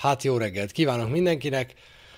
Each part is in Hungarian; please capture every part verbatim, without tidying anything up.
Hát jó reggelt kívánok mindenkinek!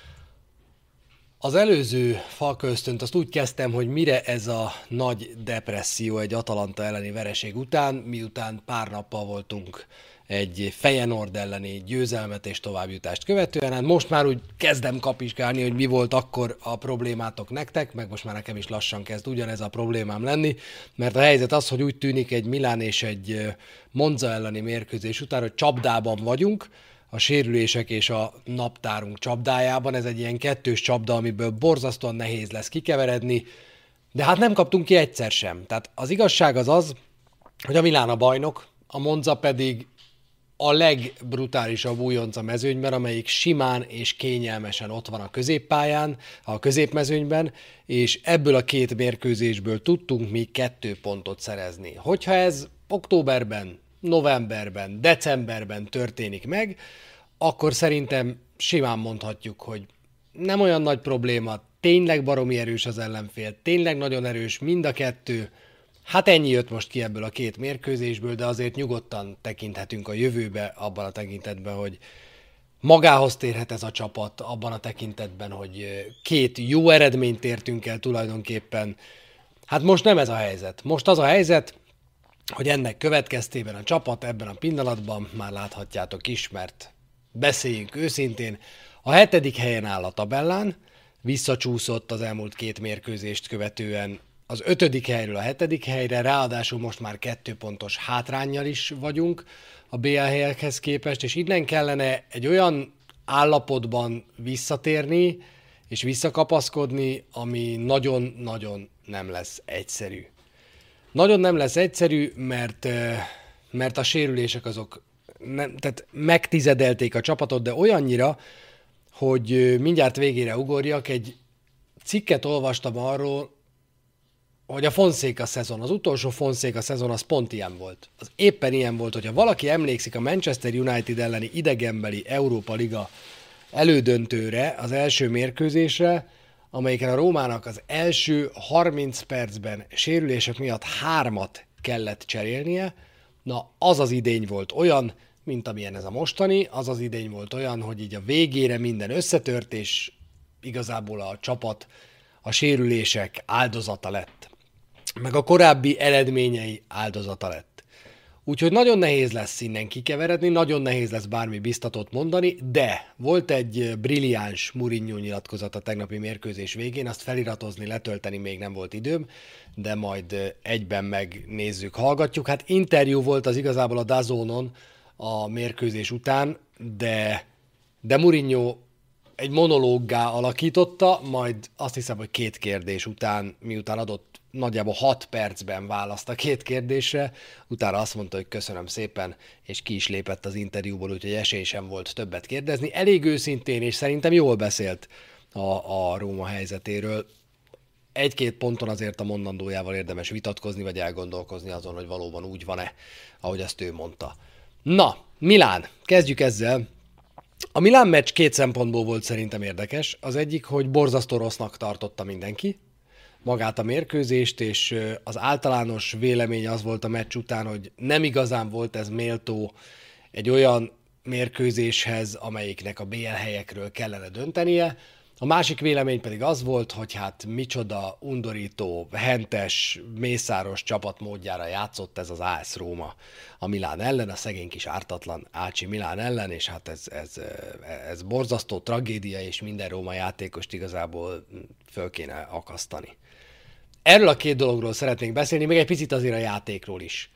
Az előző falköztönt azt úgy kezdtem, hogy mire ez a nagy depresszió egy Atalanta elleni vereség után, miután pár nappal voltunk egy Feyenoord elleni győzelmet és továbbjutást követően. Hát most már úgy kezdem kapizsgálni, hogy mi volt akkor a problémátok nektek, meg most már nekem is lassan kezd ugyanez a problémám lenni, mert a helyzet az, hogy úgy tűnik egy Milán és egy Monza elleni mérkőzés után, hogy csapdában vagyunk, a sérülések és a naptárunk csapdájában. Ez egy ilyen kettős csapda, amiből borzasztóan nehéz lesz kikeveredni, de hát nem kaptunk ki egyszer sem. Tehát az igazság az az, hogy a Milán a bajnok, a Monza pedig a legbrutálisabb újonc a mezőnyben, amelyik simán és kényelmesen ott van a középpályán, a középmezőnyben, és ebből a két mérkőzésből tudtunk mi kettő pontot szerezni. Hogyha ez októberben, novemberben, decemberben történik meg, akkor szerintem simán mondhatjuk, hogy nem olyan nagy probléma, tényleg baromi erős az ellenfél, tényleg nagyon erős mind a kettő. Hát ennyi jött most ki ebből a két mérkőzésből, de azért nyugodtan tekinthetünk a jövőbe abban a tekintetben, hogy magához térhet ez a csapat, abban a tekintetben, hogy két jó eredményt értünk el tulajdonképpen. Hát most nem ez a helyzet. Most az a helyzet, hogy ennek következtében a csapat ebben a pillanatban, már láthatjátok is, mert beszéljünk őszintén, a hetedik helyen áll a tabellán, visszacsúszott az elmúlt két mérkőzést követően az ötödik helyről a hetedik helyre, ráadásul most már kettő pontos hátránnyal is vagyunk a bé el helyekhez képest, és innen kellene egy olyan állapotban visszatérni és visszakapaszkodni, ami nagyon-nagyon nem lesz egyszerű. Nagyon nem lesz egyszerű, mert, mert a sérülések azok nem, tehát megtizedelték a csapatot, de olyannyira, hogy mindjárt végére ugorjak, egy cikket olvastam arról, hogy a Fonseca szezon, az utolsó Fonseca szezon az pont ilyen volt. Az éppen ilyen volt, hogyha valaki emlékszik a Manchester United elleni idegenbeli Európa Liga elődöntőre, az első mérkőzésre, amelyiken a Rómának az első harminc percben sérülések miatt hármat kellett cserélnie, na az az idény volt olyan, mint amilyen ez a mostani, az az idény volt olyan, hogy így a végére minden összetört, és igazából a csapat a sérülések áldozata lett. Meg a korábbi eredményei áldozata lett. Úgyhogy nagyon nehéz lesz innen kikeveredni, nagyon nehéz lesz bármi biztatót mondani, de volt egy brilliáns Mourinho nyilatkozat a tegnapi mérkőzés végén, azt feliratozni, letölteni még nem volt időm, de majd egyben megnézzük, hallgatjuk. Hát interjú volt az igazából a dazónon a mérkőzés után, de, de Mourinho egy monológgá alakította, majd azt hiszem, hogy két kérdés után, miután adott nagyjából hat percben választ a két kérdésre, utána azt mondta, hogy köszönöm szépen, és ki is lépett az interjúból, úgyhogy esély sem volt többet kérdezni. Elég őszintén, és szerintem jól beszélt a, a Róma helyzetéről. Egy-két ponton azért a mondandójával érdemes vitatkozni, vagy elgondolkozni azon, hogy valóban úgy van-e, ahogy azt ő mondta. Na, Milán, kezdjük ezzel. A Milán meccs két szempontból volt szerintem érdekes. Az egyik, hogy borzasztó rossznak tartotta mindenki magát a mérkőzést, és az általános vélemény az volt a meccs után, hogy nem igazán volt ez méltó egy olyan mérkőzéshez, amelyiknek a bé el helyekről kellene döntenie. A másik vélemény pedig az volt, hogy hát micsoda undorító, hentes, mészáros csapatmódjára játszott ez az á es Róma a Milán ellen, a szegény kis ártatlan Ácsi Milán ellen, és hát ez, ez, ez borzasztó tragédia, és minden Róma játékost igazából föl kéne akasztani. Erről a két dologról szeretnénk beszélni, még egy picit azért a játékról is.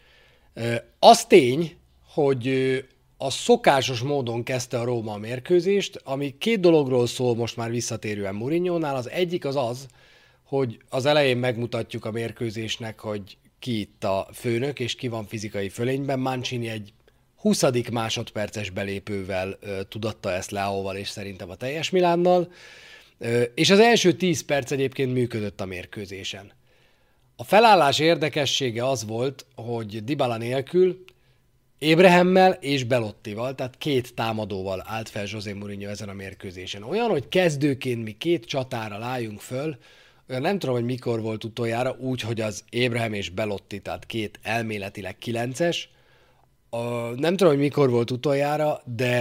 Az tény, hogy a szokásos módon kezdte a Róma a mérkőzést, ami két dologról szól most már visszatérően Mourinhónál. Az egyik az az, hogy az elején megmutatjuk a mérkőzésnek, hogy ki itt a főnök, és ki van fizikai fölényben. Mancini egy huszadik másodperces belépővel ö, tudatta ezt Leaóval, és szerintem a teljes Milánnal. Ö, és az első tíz perc egyébként működött a mérkőzésen. A felállás érdekessége az volt, hogy Dybala nélkül Ébrehemmel és Belottival, tehát két támadóval állt fel José Mourinho ezen a mérkőzésen. Olyan, hogy kezdőként mi két csatára álljunk föl, olyan nem tudom, hogy mikor volt utoljára, úgy, hogy az Ébrahem és Belotti, tehát két elméletileg kilences. Nem tudom, hogy mikor volt utoljára, de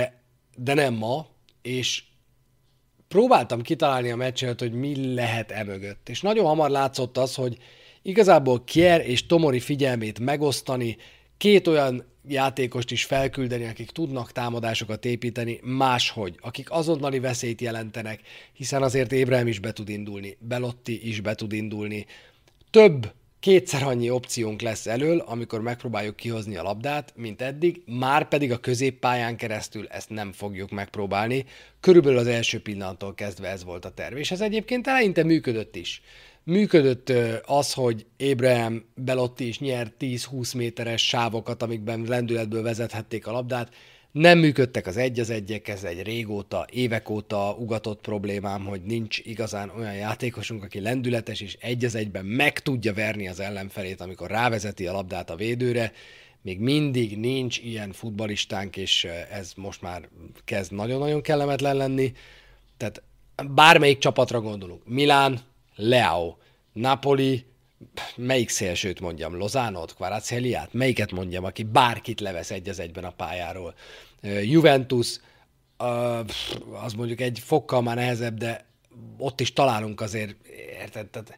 de nem ma, és próbáltam kitalálni a meccset, hogy mi lehet emögött. És nagyon hamar látszott az, hogy igazából Kjær és Tomori figyelmét megosztani, két olyan játékost is felküldeni, akik tudnak támadásokat építeni máshogy, akik azonnali veszélyt jelentenek, hiszen azért Ébrahim is be tud indulni, Belotti is be tud indulni. Több, kétszer annyi opciónk lesz elől, amikor megpróbáljuk kihozni a labdát, mint eddig, már pedig a középpályán keresztül ezt nem fogjuk megpróbálni. Körülbelül az első pillanattól kezdve ez volt a terv, és ez egyébként eleinte működött is. Működött az, hogy Ébrahim, Belotti is nyert tíz-húsz méteres sávokat, amikben lendületből vezethették a labdát. Nem működtek az egy az egyek, ez egy régóta, évek óta ugatott problémám, hogy nincs igazán olyan játékosunk, aki lendületes és egy az egyben meg tudja verni az ellenfelét, amikor rávezeti a labdát a védőre. Még mindig nincs ilyen futballistánk, és ez most már kezd nagyon-nagyon kellemetlen lenni. Tehát bármelyik csapatra gondolunk. Milán, Leao, Napoli, melyik szélsőt mondjam, Lozánot, Kvaratskhelia-t, melyiket mondjam, aki bárkit levesz egy az egyben a pályáról. Juventus, az mondjuk egy fokkal már nehezebb, de ott is találunk azért, érted, tehát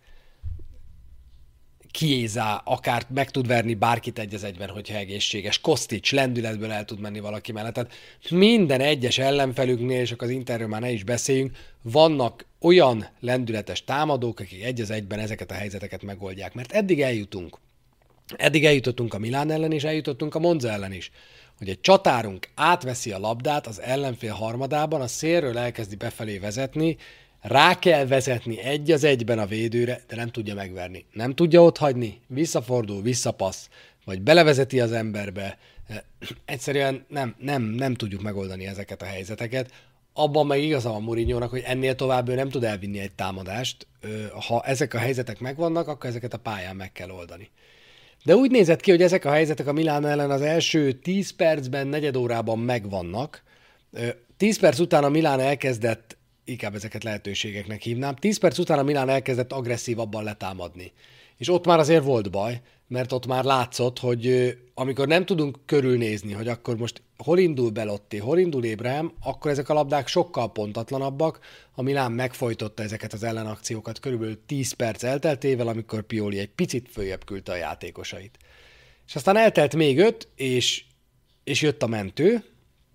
Chiesa akár meg tud verni bárkit egy az egyben, hogyha egészséges. Kostic lendületből el tud menni valaki mellett. Tehát minden egyes ellenfelüknél, és akkor az Interről már ne is beszéljünk, vannak olyan lendületes támadók, akik egy az egyben ezeket a helyzeteket megoldják. Mert eddig eljutunk. Eddig eljutottunk a Milán ellen, és eljutottunk a Monza ellen is. Hogy egy csatárunk átveszi a labdát az ellenfél harmadában, a szélről elkezdi befelé vezetni, rá kell vezetni egy az egyben a védőre, de nem tudja megverni. Nem tudja otthagyni, visszafordul, visszapassz, vagy belevezeti az emberbe. Egyszerűen nem, nem, nem tudjuk megoldani ezeket a helyzeteket. Abban meg igaza van Mourinhónak, hogy ennél tovább ő nem tud elvinni egy támadást. Ha ezek a helyzetek megvannak, akkor ezeket a pályán meg kell oldani. De úgy nézett ki, hogy ezek a helyzetek a Milán ellen az első tíz percben, negyed órában megvannak. tíz perc után a Milán elkezdett, inkább ezeket lehetőségeknek hívnám, tíz perc után a Milán elkezdett agresszívabban letámadni. És ott már azért volt baj, mert ott már látszott, hogy amikor nem tudunk körülnézni, hogy akkor most hol indul Belotti, hol indul Ébrahim, akkor ezek a labdák sokkal pontatlanabbak. A Milán megfojtotta ezeket az ellenakciókat körülbelül tíz perc elteltével, amikor Pioli egy picit följebb küldte a játékosait. És aztán eltelt még öt, és, és jött a mentő,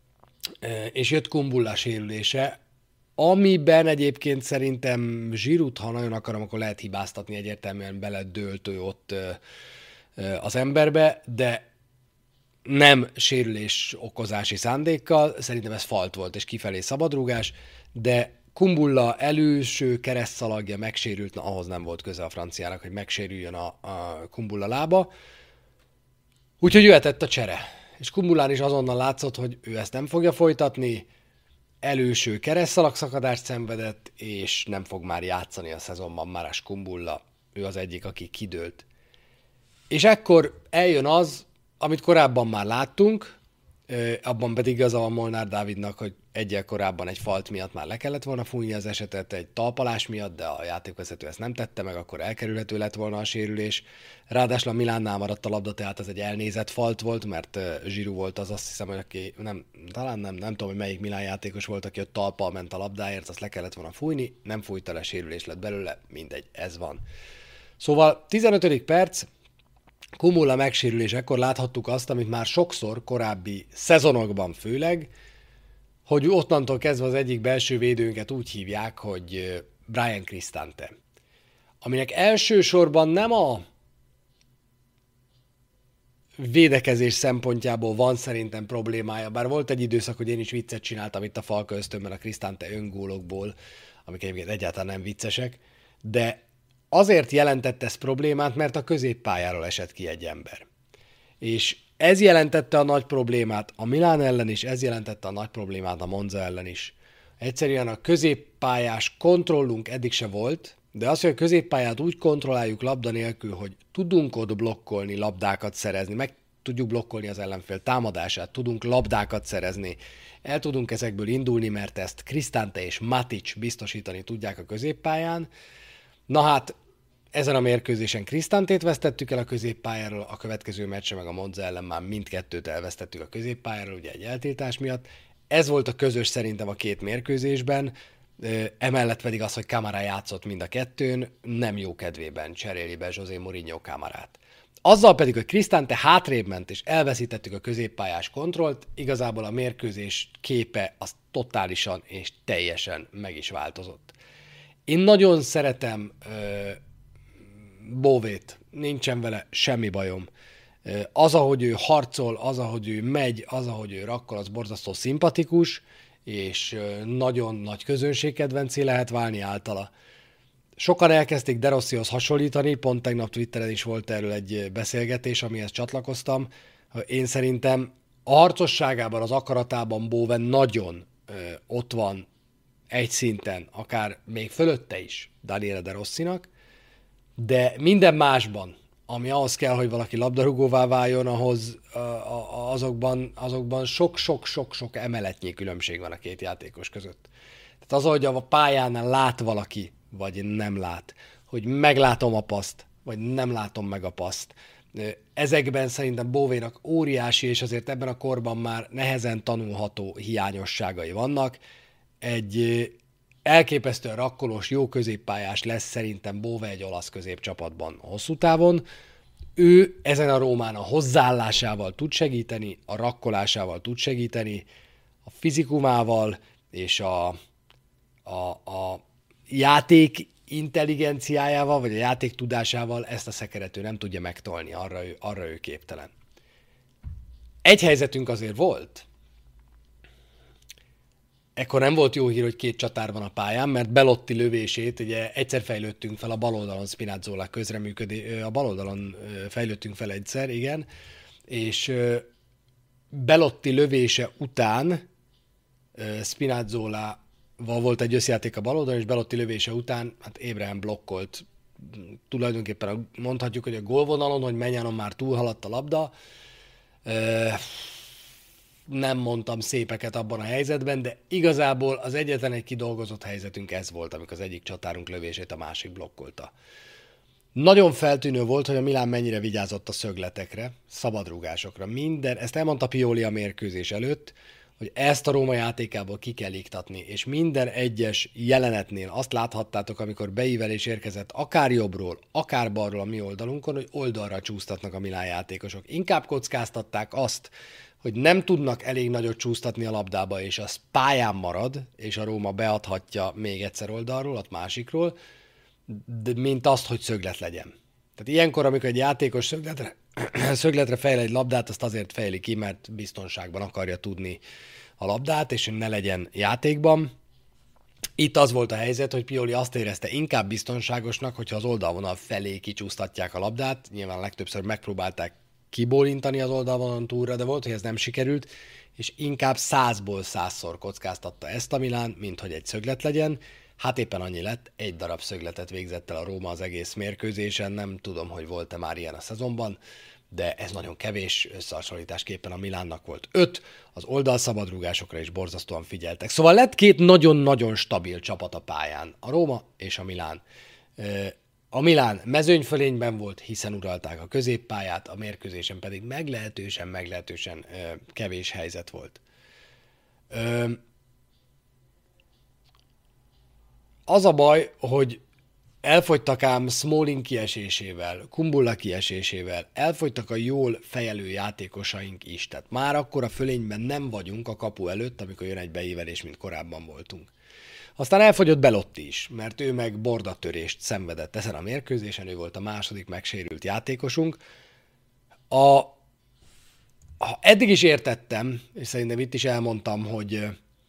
és jött Kumbulla sérülése, amiben egyébként szerintem Giroud, ha nagyon akarom, akkor lehet hibáztatni, egyértelműen beledőlt ő ott az emberbe, de nem sérülés okozási szándékkal, szerintem ez falt volt és kifelé szabadrúgás, de Kumbulla előső keresztszalagja megsérült, na ahhoz nem volt köze a franciának, hogy megsérüljön a, a Kumbulla lába, úgyhogy jöhetett a csere. És Kumbullán is azonnal látszott, hogy ő ezt nem fogja folytatni, előső keresztszalagszakadást szenvedett, és nem fog már játszani a szezonban Maras Kumbulla, ő az egyik, aki kidőlt. És ekkor eljön az, amit korábban már láttunk, abban pedig igaza van Molnár Dávidnak, hogy egyel korábban egy falt miatt már le kellett volna fújni az esetet, egy talpalás miatt, de a játékvezető ezt nem tette meg, akkor elkerülhető lett volna a sérülés. Ráadásul a Milánnál maradt a labda, tehát ez egy elnézett falt volt, mert Giroud volt az, azt hiszem, hogy aki, nem, talán nem, nem tudom, hogy melyik Milán játékos volt, aki ott talpal ment a labdáért, azt le kellett volna fújni, nem fújta le, sérülés lett belőle, mindegy, ez van. Szóval tizenötödik perc, Kumbulla megsérülés, ekkor láthattuk azt, amit már sokszor korábbi szezonokban főleg, hogy onnantól kezdve az egyik belső védőnket úgy hívják, hogy Bryan Cristante. Aminek elsősorban nem a védekezés szempontjából van szerintem problémája, bár volt egy időszak, hogy én is viccet csináltam itt a Falka Ösztönben a Cristante öngólokból, amik egyébként egyáltalán nem viccesek, de azért jelentette ez problémát, mert a középpályáról esett ki egy ember. És ez jelentette a nagy problémát a Milán ellen is, ez jelentette a nagy problémát a Monza ellen is. Egyszerűen a középpályás kontrollunk eddig se volt, de az, hogy a középpályát úgy kontrolláljuk labda nélkül, hogy tudunk ott blokkolni, labdákat szerezni, meg tudjuk blokkolni az ellenfél támadását, tudunk labdákat szerezni, el tudunk ezekből indulni, mert ezt Cristante és Matic biztosítani tudják a középpályán. Na hát, ezen a mérkőzésen Cristantét vesztettük el a középpályáról, a következő meccsen meg a Monza ellen már mindkettőt elvesztettük a középpályáról, ugye egy eltiltás miatt. Ez volt a közös szerintem a két mérkőzésben, emellett pedig az, hogy Camara játszott mind a kettőn, nem jó kedvében cseréli be José Mourinho Camarát. Azzal pedig, hogy Cristante hátrébb ment, és elveszítettük a középpályás kontrollt, igazából a mérkőzés képe az totálisan és teljesen meg is változott. Én nagyon szeretem uh, Bóvét, nincsen vele semmi bajom. Uh, az, ahogy ő harcol, az, ahogy ő megy, az, ahogy ő rakkol, az borzasztó szimpatikus, és uh, nagyon nagy közönségkedvencé lehet válni általa. Sokan elkezdték De Rossihoz hasonlítani, pont tegnap Twitteren is volt erről egy beszélgetés, amihez csatlakoztam. Én szerintem a harcosságában, az akaratában Bowen nagyon ö, ott van egy szinten, akár még fölötte is Daniele De Rossinak, de minden másban, ami ahhoz kell, hogy valaki labdarúgóvá váljon, ahhoz a, a, azokban, azokban sok-sok-sok-sok emeletnyi különbség van a két játékos között. Tehát az, hogy a pályán lát valaki, vagy nem lát, hogy meglátom a paszt, vagy nem látom meg a paszt. Ezekben szerintem Bóvénak óriási, és azért ebben a korban már nehezen tanulható hiányosságai vannak. Egy elképesztően rakkolós, jó középpályás lesz szerintem Bové egy olasz középcsapatban hosszú távon. Ő ezen a Rómán a hozzáállásával tud segíteni, a rakkolásával tud segíteni, a fizikumával és a, a, a játék intelligenciájával, vagy a játék tudásával ezt a szekeret ő nem tudja megtolni, arra ő, arra ő képtelen. Egy helyzetünk azért volt. Ekkor nem volt jó hír, hogy két csatár van a pályán, mert Belotti lövését, ugye egyszer fejlődtünk fel a bal oldalon Spinazzola közreműködés, a bal oldalon fejlődtünk fel egyszer, igen, és Belotti lövése után Spinazzola volt egy összjáték a bal oldalon, és Belotti lövése után hát Abraham blokkolt. Tulajdonképpen mondhatjuk, hogy a gólvonalon, hogy Menyanon már túlhaladt a labda. Nem mondtam szépeket abban a helyzetben, de igazából az egyetlen egy kidolgozott helyzetünk ez volt, amikor az egyik csatárunk lövését a másik blokkolta. Nagyon feltűnő volt, hogy a Milán mennyire vigyázott a szögletekre, szabadrúgásokra. Minden, ezt elmondta Pioli a mérkőzés előtt, hogy ezt a Róma játékából ki kell iktatni, és minden egyes jelenetnél azt láthattátok, amikor beívelés érkezett akár jobbról, akár balról a mi oldalunkon, hogy oldalra csúsztatnak a Milán játékosok. Inkább kockáztatták azt, hogy nem tudnak elég nagyot csúsztatni a labdába, és az pályán marad, és a Róma beadhatja még egyszer oldalról, a másikról, de mint azt, hogy szöglet legyen. Tehát ilyenkor, amikor egy játékos szögletre, szögletre fejl egy labdát, azt azért fejli ki, mert biztonságban akarja tudni a labdát, és ne legyen játékban. Itt az volt a helyzet, hogy Pioli azt érezte inkább biztonságosnak, hogyha az oldalvonal felé kicsúsztatják a labdát. Nyilván legtöbbször megpróbálták kibólintani az oldalvonalon túlra, de volt, hogy ez nem sikerült, és inkább százból százszor kockáztatta ezt a Milán, mint hogy egy szöglet legyen. Hát éppen annyi lett, egy darab szögletet végzett el a Róma az egész mérkőzésen, nem tudom, hogy volt-e már ilyen a szezonban, de ez nagyon kevés, összehasonlításképpen a Milánnak volt öt, az oldalszabadrúgásokra is borzasztóan figyeltek. Szóval lett két nagyon-nagyon stabil csapat a pályán, a Róma és a Milán. A Milán mezőnyfölényben volt, hiszen uralták a középpályát, a mérkőzésen pedig meglehetősen, meglehetősen kevés helyzet volt. Az a baj, hogy elfogytak ám Smalling kiesésével, Kumbulla kiesésével, elfogytak a jól fejelő játékosaink is. Tehát már akkor a fölényben nem vagyunk a kapu előtt, amikor jön egy beívelés, mint korábban voltunk. Aztán elfogyott Belotti is, mert ő meg bordatörést szenvedett ezen a mérkőzésen, ő volt a második megsérült játékosunk. A, ha eddig is értettem, és szerintem itt is elmondtam, hogy,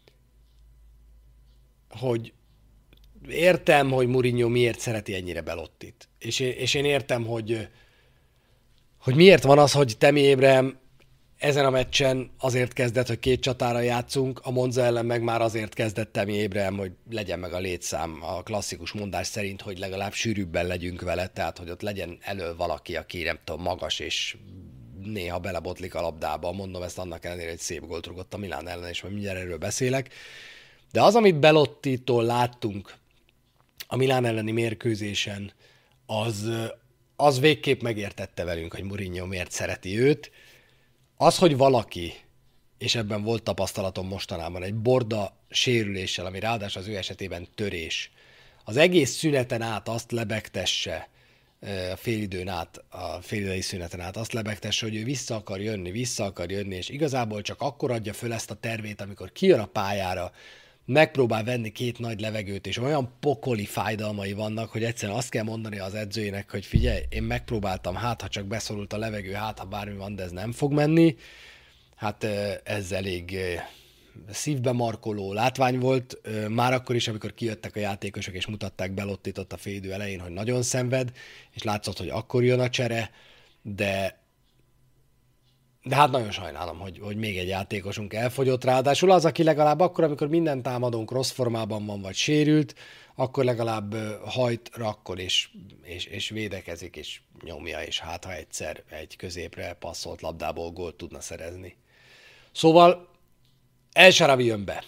hogy értem, hogy Mourinho miért szereti ennyire Belottit. És én, és én értem, hogy, hogy miért van az, hogy Tammy Abraham ezen a meccsen azért kezdett, hogy két csatára játszunk, a Monza ellen meg már azért kezdett Tammy Abraham, hogy legyen meg a létszám a klasszikus mondás szerint, hogy legalább sűrűbben legyünk vele, tehát hogy ott legyen elő valaki, aki nem tudom, magas és néha belebotlik a labdába. Mondom ezt annak ellenére, hogy szép gólt rúgott a Milán ellen, és majd mindjárt erről beszélek. De az, amit Belottitól láttunk a Milán elleni mérkőzésen, az, az végképp megértette velünk, hogy Mourinho miért szereti őt. Az, hogy valaki és ebben volt tapasztalatom mostanában, egy borda sérüléssel, ami ráadásul az ő esetében törés, az egész szüneten át azt lebegtesse, a félidőn át, a félidei szüneten át azt lebegtesse, hogy ő vissza akar jönni, vissza akar jönni, és igazából csak akkor adja föl ezt a tervét, amikor kijön a pályára, megpróbál venni két nagy levegőt, és olyan pokoli fájdalmai vannak, hogy egyszerűen azt kell mondani az edzőjének, hogy figyelj, én megpróbáltam, hát ha csak beszorult a levegő, hát ha bármi van, de ez nem fog menni. Hát ez elég szívbe markoló látvány volt, már akkor is, amikor kijöttek a játékosok, és mutatták Belottit ott a félidő elején, hogy nagyon szenved, és látszott, hogy akkor jön a csere, de De hát nagyon sajnálom, hogy, hogy még egy játékosunk elfogyott, ráadásul az, aki legalább akkor, amikor minden támadónk rossz formában van, vagy sérült, akkor legalább hajt, rakkol, és, és, és védekezik, és nyomja, és hát ha egyszer egy középre passzolt labdából gólt tudna szerezni. Szóval El Shaarawy jön be.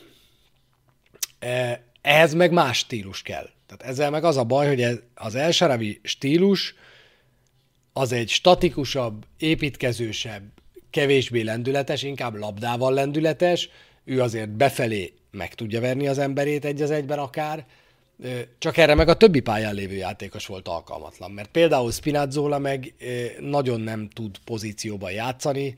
Ehhez meg más stílus kell. Tehát ezzel meg az a baj, hogy az El Shaarawy stílus az egy statikusabb, építkezősebb, kevésbé lendületes, inkább labdával lendületes, ő azért befelé meg tudja verni az emberét egy az egyben akár, csak erre meg a többi pályán lévő játékos volt alkalmatlan, mert például Spinazzola meg nagyon nem tud pozícióban játszani,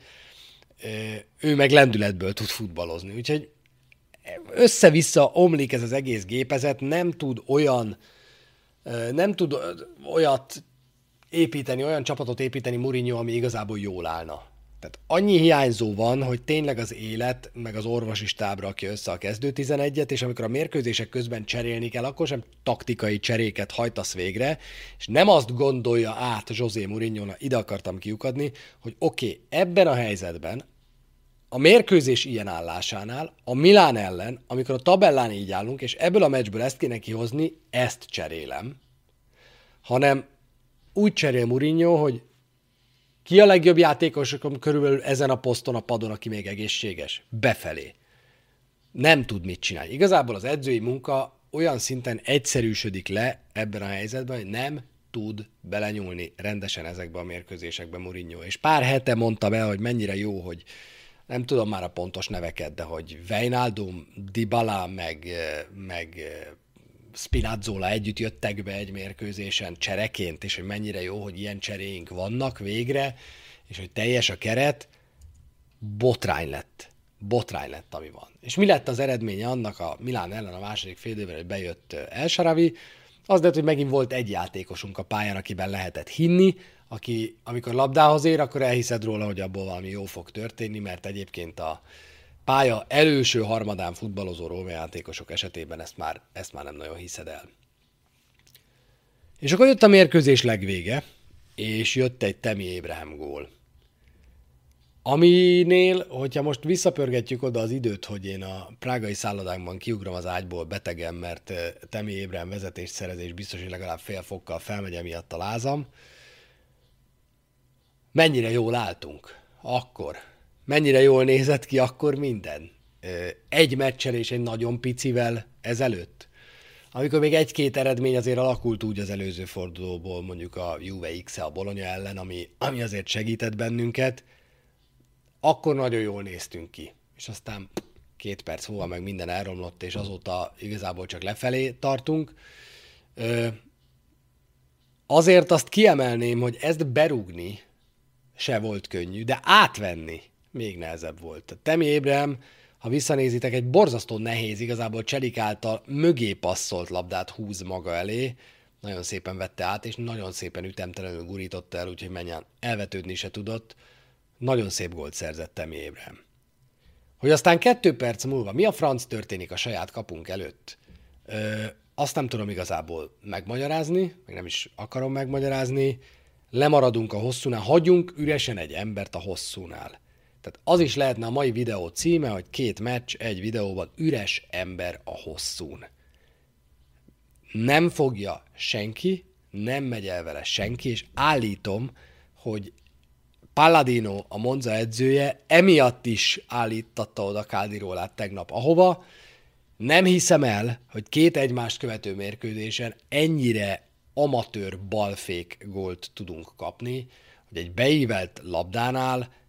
ő meg lendületből tud futballozni, úgyhogy össze-vissza omlik ez az egész gépezet, nem tud olyan, nem tud olyat építeni, olyan csapatot építeni Mourinho, ami igazából jól állna. Tehát annyi hiányzó van, hogy tényleg az élet, meg az orvosi stáb rakja össze a kezdő tizenegyet, és amikor a mérkőzések közben cserélni kell, akkor sem taktikai cseréket hajtasz végre, és nem azt gondolja át José Mourinho, ide akartam kiukadni, hogy oké, okay, ebben a helyzetben, a mérkőzés ilyen állásánál, a Milán ellen, amikor a tabellán így állunk, és ebből a meccsből ezt kéne kihozni, ezt cserélem, hanem úgy cserél Mourinho, hogy ki a legjobb játékosok körülbelül ezen a poszton a padon, aki még egészséges? Befelé. Nem tud mit csinálni. Igazából az edzői munka olyan szinten egyszerűsödik le ebben a helyzetben, hogy nem tud belenyúlni rendesen ezekbe a mérkőzésekbe Mourinho. És pár hete mondta be, hogy mennyire jó, hogy nem tudom már a pontos neveket, de hogy Wijnaldum, Dybala, meg, meg Spinazzola együtt jöttek be egy mérkőzésen csereként, és hogy mennyire jó, hogy ilyen cseréink vannak végre, és hogy teljes a keret, botrány lett. Botrány lett, ami van. És mi lett az eredménye annak a Milán ellen a második fél időben, hogy bejött El Shaarawy? Az lett, hogy megint volt egy játékosunk a pályán, akiben lehetett hinni, aki amikor labdához ér, akkor elhiszed róla, hogy abból valami jó fog történni, mert egyébként a pálya előső harmadán futballozó Róma játékosok esetében ezt már, ezt már nem nagyon hiszed el. És akkor jött a mérkőzés legvége, és jött egy Tammy Abraham gól. Aminél, hogyha most visszapörgetjük oda az időt, hogy én a prágai szállodánkban kiugrom az ágyból betegen, mert Tammy Abraham vezetést szerez, és biztos, hogy legalább fél fokkal felmegy emiatt a lázam. Mennyire jól álltunk akkor. Mennyire jól nézett ki akkor minden. Egy meccsel és egy nagyon picivel ezelőtt. Amikor még egy-két eredmény azért alakult úgy az előző fordulóból, mondjuk a Juve X-e a Bologna ellen, ami, ami azért segített bennünket, akkor nagyon jól néztünk ki. És aztán két perc múlva meg minden elromlott, és azóta igazából csak lefelé tartunk. Azért azt kiemelném, hogy ezt berúgni se volt könnyű, de átvenni még nehezebb volt. Tammy Abraham, ha visszanézitek, egy borzasztó nehéz, igazából Cselik által mögé passzolt labdát húz maga elé, nagyon szépen vette át, és nagyon szépen ütemtelenül gurította el, úgyhogy menjen, elvetődni se tudott. Nagyon szép gólt szerzett Tammy Abraham. Hogy aztán kettő perc múlva mi a franc történik a saját kapunk előtt, Ö, azt nem tudom igazából megmagyarázni, meg nem is akarom megmagyarázni, lemaradunk a hosszúnál, hagyjunk üresen egy embert a hosszúnál. Tehát az is lehetne a mai videó címe, hogy két meccs egy videóban, üres ember a hosszún. Nem fogja senki, nem megy el vele senki, és állítom, hogy Palladino, a Monza edzője, emiatt is állítatta oda Caldirolát tegnap ahova. Nem hiszem el, hogy két egymást követő mérkőzésen ennyire amatőr balfék gólt tudunk kapni, hogy egy beívelt labdánál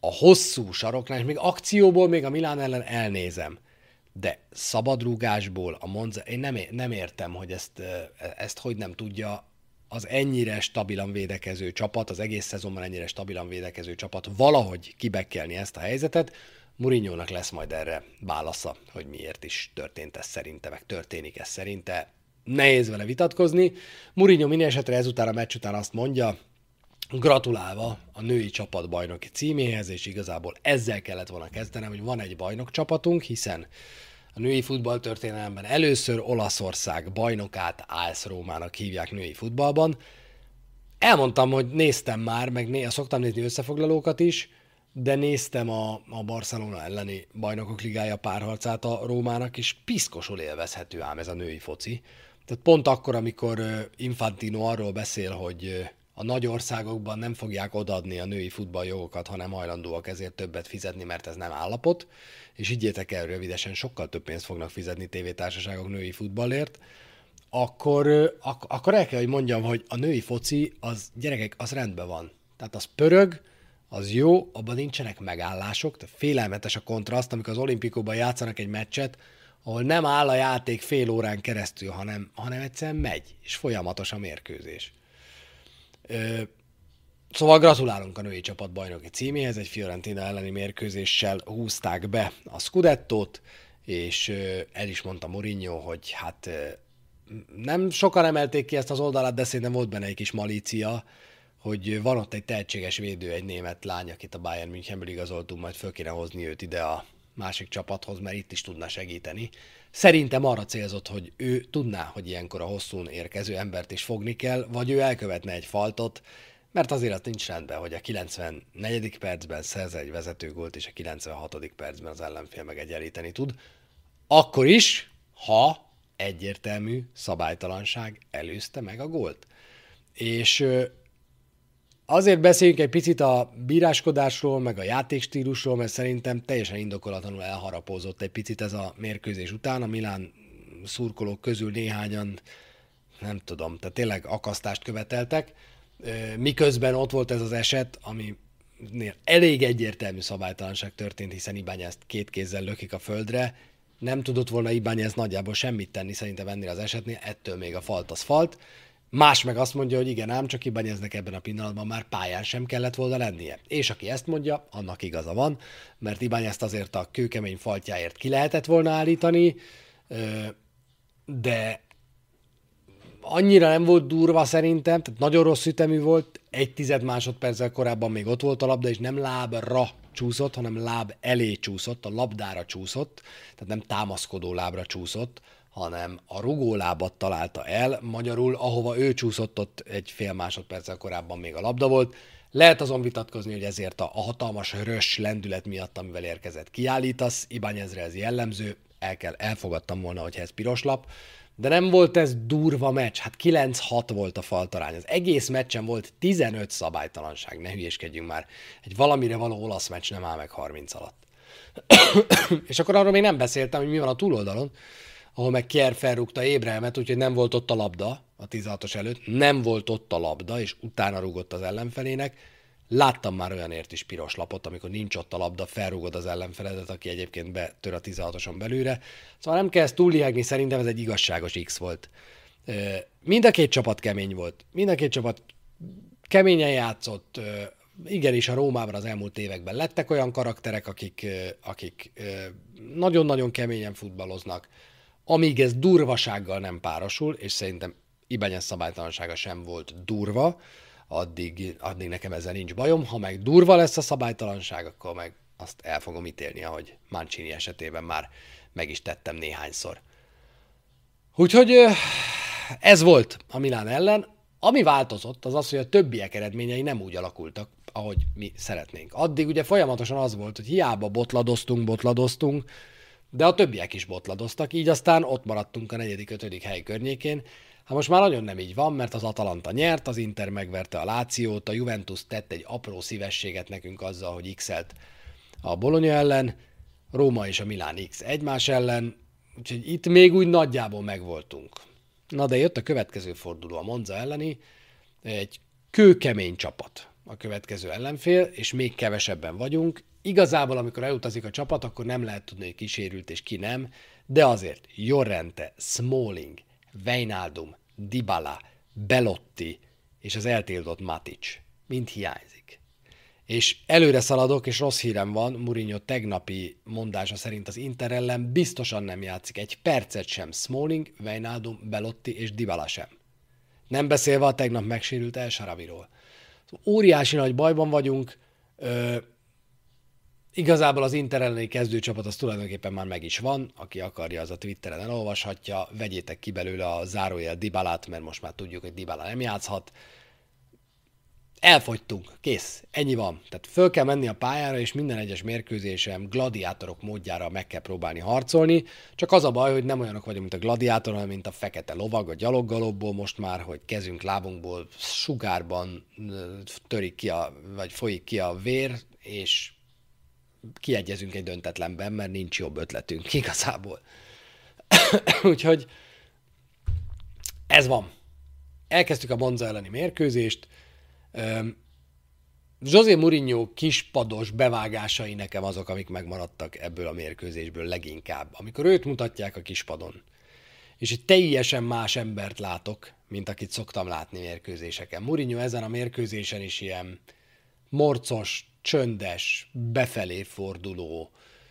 a hosszú saroknál, és még akcióból még a Milán ellen elnézem, de szabadrúgásból a Monza, én nem, nem értem, hogy ezt, ezt hogy nem tudja az ennyire stabilan védekező csapat, az egész szezonban ennyire stabilan védekező csapat valahogy kibekkelni ezt a helyzetet. Mourinhónak lesz majd erre válasza, hogy miért is történt ez szerinte, meg történik ez szerinte. Nehéz vele vitatkozni. Mourinho minden esetre ezután a meccs után azt mondja, gratulálva a női csapat bajnoki címéhez, és igazából ezzel kellett volna kezdenem, hogy van egy bajnok csapatunk, hiszen a női futballtörténelemben először Olaszország bajnokát á es Rómának hívják női futballban. Elmondtam, hogy néztem már, meg né- szoktam nézni összefoglalókat is, de néztem a, a Barcelona elleni bajnokok ligája párharcát a Rómának, és piszkosul élvezhető ám ez a női foci. Tehát pont akkor, amikor Infantino arról beszél, hogy a nagy országokban nem fogják odaadni a női futballjogokat, hanem hajlandóak ezért többet fizetni, mert ez nem állapot, és higgyétek el, rövidesen sokkal több pénzt fognak fizetni tévétársaságok női futballért, akkor, ak- akkor el kell, hogy mondjam, hogy a női foci, az gyerekek, az rendben van. Tehát az pörög, az jó, abban nincsenek megállások, tehát félelmetes a kontraszt, amikor az olimpikóban játszanak egy meccset, ahol nem áll a játék fél órán keresztül, hanem, hanem egyszerűen megy, és folyamatos a mérkőzés. Ö, szóval gratulálunk a női csapat bajnoki címéhez, egy Fiorentina elleni mérkőzéssel húzták be a Scudettót, és ö, el is mondta Mourinho, hogy hát ö, nem sokan emelték ki ezt az oldalát, de szerintem volt benne egy kis malícia, hogy van ott egy tehetséges védő, egy német lány, akit a Bayern Münchenből igazoltunk, majd föl kéne hozni őt ide a másik csapathoz, mert itt is tudna segíteni. Szerintem arra célzott, hogy ő tudná, hogy ilyenkor a hosszún érkező embert is fogni kell, vagy ő elkövetne egy faltot, mert azért az nincs rendben, hogy a kilencvennegyedik percben szerz egy vezetőgólt, és a kilencvenhatodik percben az ellenfél meg egyenlíteni tud. Akkor is, ha egyértelmű szabálytalanság előzte meg a gólt. És azért beszéljünk egy picit a bíráskodásról, meg a játékstílusról, mert szerintem teljesen indokolatlanul elharapózott egy picit ez a mérkőzés után. A Milán szurkolók közül néhányan, nem tudom, tehát tényleg akasztást követeltek, miközben ott volt ez az eset, ami elég egyértelmű szabálytalanság történt, hiszen Ibáñezt két kézzel lökik a földre, nem tudott volna Ibáñez nagyjából semmit tenni szerintem ennél az esetnél, ettől még a falt az falt. Más meg azt mondja, hogy igen ám, csak Ibáñeznek ebben a pillanatban már pályán sem kellett volna lennie. És aki ezt mondja, annak igaza van, mert Ibáñezt azért a kőkemény faltjáért ki lehetett volna állítani, de annyira nem volt durva szerintem, tehát nagyon rossz ütemű volt, egy tized másodperccel korábban még ott volt a labda, és nem lábra csúszott, hanem láb elé csúszott, a labdára csúszott, tehát nem támaszkodó lábra csúszott, hanem a rugólábat találta el, magyarul ahova ő csúszott, ott egy fél másodperccel korábban még a labda volt. Lehet azon vitatkozni, hogy ezért a, a hatalmas rös lendület miatt, amivel érkezett, kiállítasz, Ibáñezre ez jellemző, el kell, elfogadtam volna, hogyha ez piros lap, de nem volt ez durva meccs, hát kilenc hat volt a faltarány. Az egész meccsen volt tizenöt szabálytalanság, ne hülyéskedjünk már. Egy valamire való olasz meccs nem áll meg harminc alatt. És akkor arról még nem beszéltem, hogy mi van a túloldalon, ahol meg Kjær felrúgta Ébrehelmet, úgyhogy nem volt ott a labda a tizenhatos előtt, nem volt ott a labda, és utána rúgott az ellenfelének. Láttam már olyanért is piros lapot, amikor nincs ott a labda, felrúgod az ellenfeledet, aki egyébként betör a tizenhatoson belőle. Szóval nem kell ezt túllihegni, szerintem ez egy igazságos X volt. Mind a két csapat kemény volt, mind a két csapat keményen játszott. Igenis, a Rómában az elmúlt években lettek olyan karakterek, akik, akik nagyon-nagyon keményen futballoznak, amíg ez durvasággal nem párosul, és szerintem Ibáñez szabálytalansága sem volt durva, addig, addig nekem ezzel nincs bajom. Ha meg durva lesz a szabálytalanság, akkor meg azt el fogom ítélni, ahogy Mancini esetében már meg is tettem néhányszor. Úgyhogy ez volt a Milán ellen. Ami változott, az az, hogy a többiek eredményei nem úgy alakultak, ahogy mi szeretnénk. Addig ugye folyamatosan az volt, hogy hiába botladoztunk, botladoztunk, de a többiek is botladoztak, így aztán ott maradtunk a negyedik, ötödik hely környékén. Hát most már nagyon nem így van, mert az Atalanta nyert, az Inter megverte a Lációt, a Juventus tett egy apró szívességet nekünk azzal, hogy x-elt a Bologna ellen, Róma és a Milán X egymás ellen, úgyhogy itt még úgy nagyjából megvoltunk. Na de jött a következő forduló, a Monza elleni, egy kőkemény csapat. a következő ellenfél, és még kevesebben vagyunk. Igazából, amikor elutazik a csapat, akkor nem lehet tudni, hogy ki sérült és ki nem, de azért Llorente, Smalling, Wijnaldum, Dybala, Belotti és az eltiltott Matic mind hiányzik. És előre szaladok, és rossz hírem van, Mourinho tegnapi mondása szerint az Inter ellen biztosan nem játszik egy percet sem Smalling, Wijnaldum, Belotti és Dybala sem. Nem beszélve a tegnap megsérült El Shaarawyról. Óriási nagy bajban vagyunk, Ö, igazából az Inter elleni kezdőcsapat az tulajdonképpen már meg is van, aki akarja, az a Twitteren elolvashatja, vegyétek ki belőle a zárójel Dybalát, mert most már tudjuk, hogy Dybala nem játszhat. Elfogytunk, kész, ennyi van. Tehát föl kell menni a pályára, és minden egyes mérkőzésem gladiátorok módjára meg kell próbálni harcolni. Csak az a baj, hogy nem olyanok vagyunk, mint a gladiátor, hanem mint a fekete lovag, a gyaloggalobból most már, hogy kezünk, lábunkból sugárban törik ki a, vagy folyik ki a vér, és kiegyezünk egy döntetlenben, mert nincs jobb ötletünk igazából. Úgyhogy ez van. Elkezdtük a Monza elleni mérkőzést. José Mourinho kispados bevágásai nekem azok, amik megmaradtak ebből a mérkőzésből leginkább. Amikor őt mutatják a kispadon, és egy teljesen más embert látok, mint akit szoktam látni mérkőzéseken. Mourinho ezen a mérkőzésen is ilyen morcos, csöndes, befelé forduló,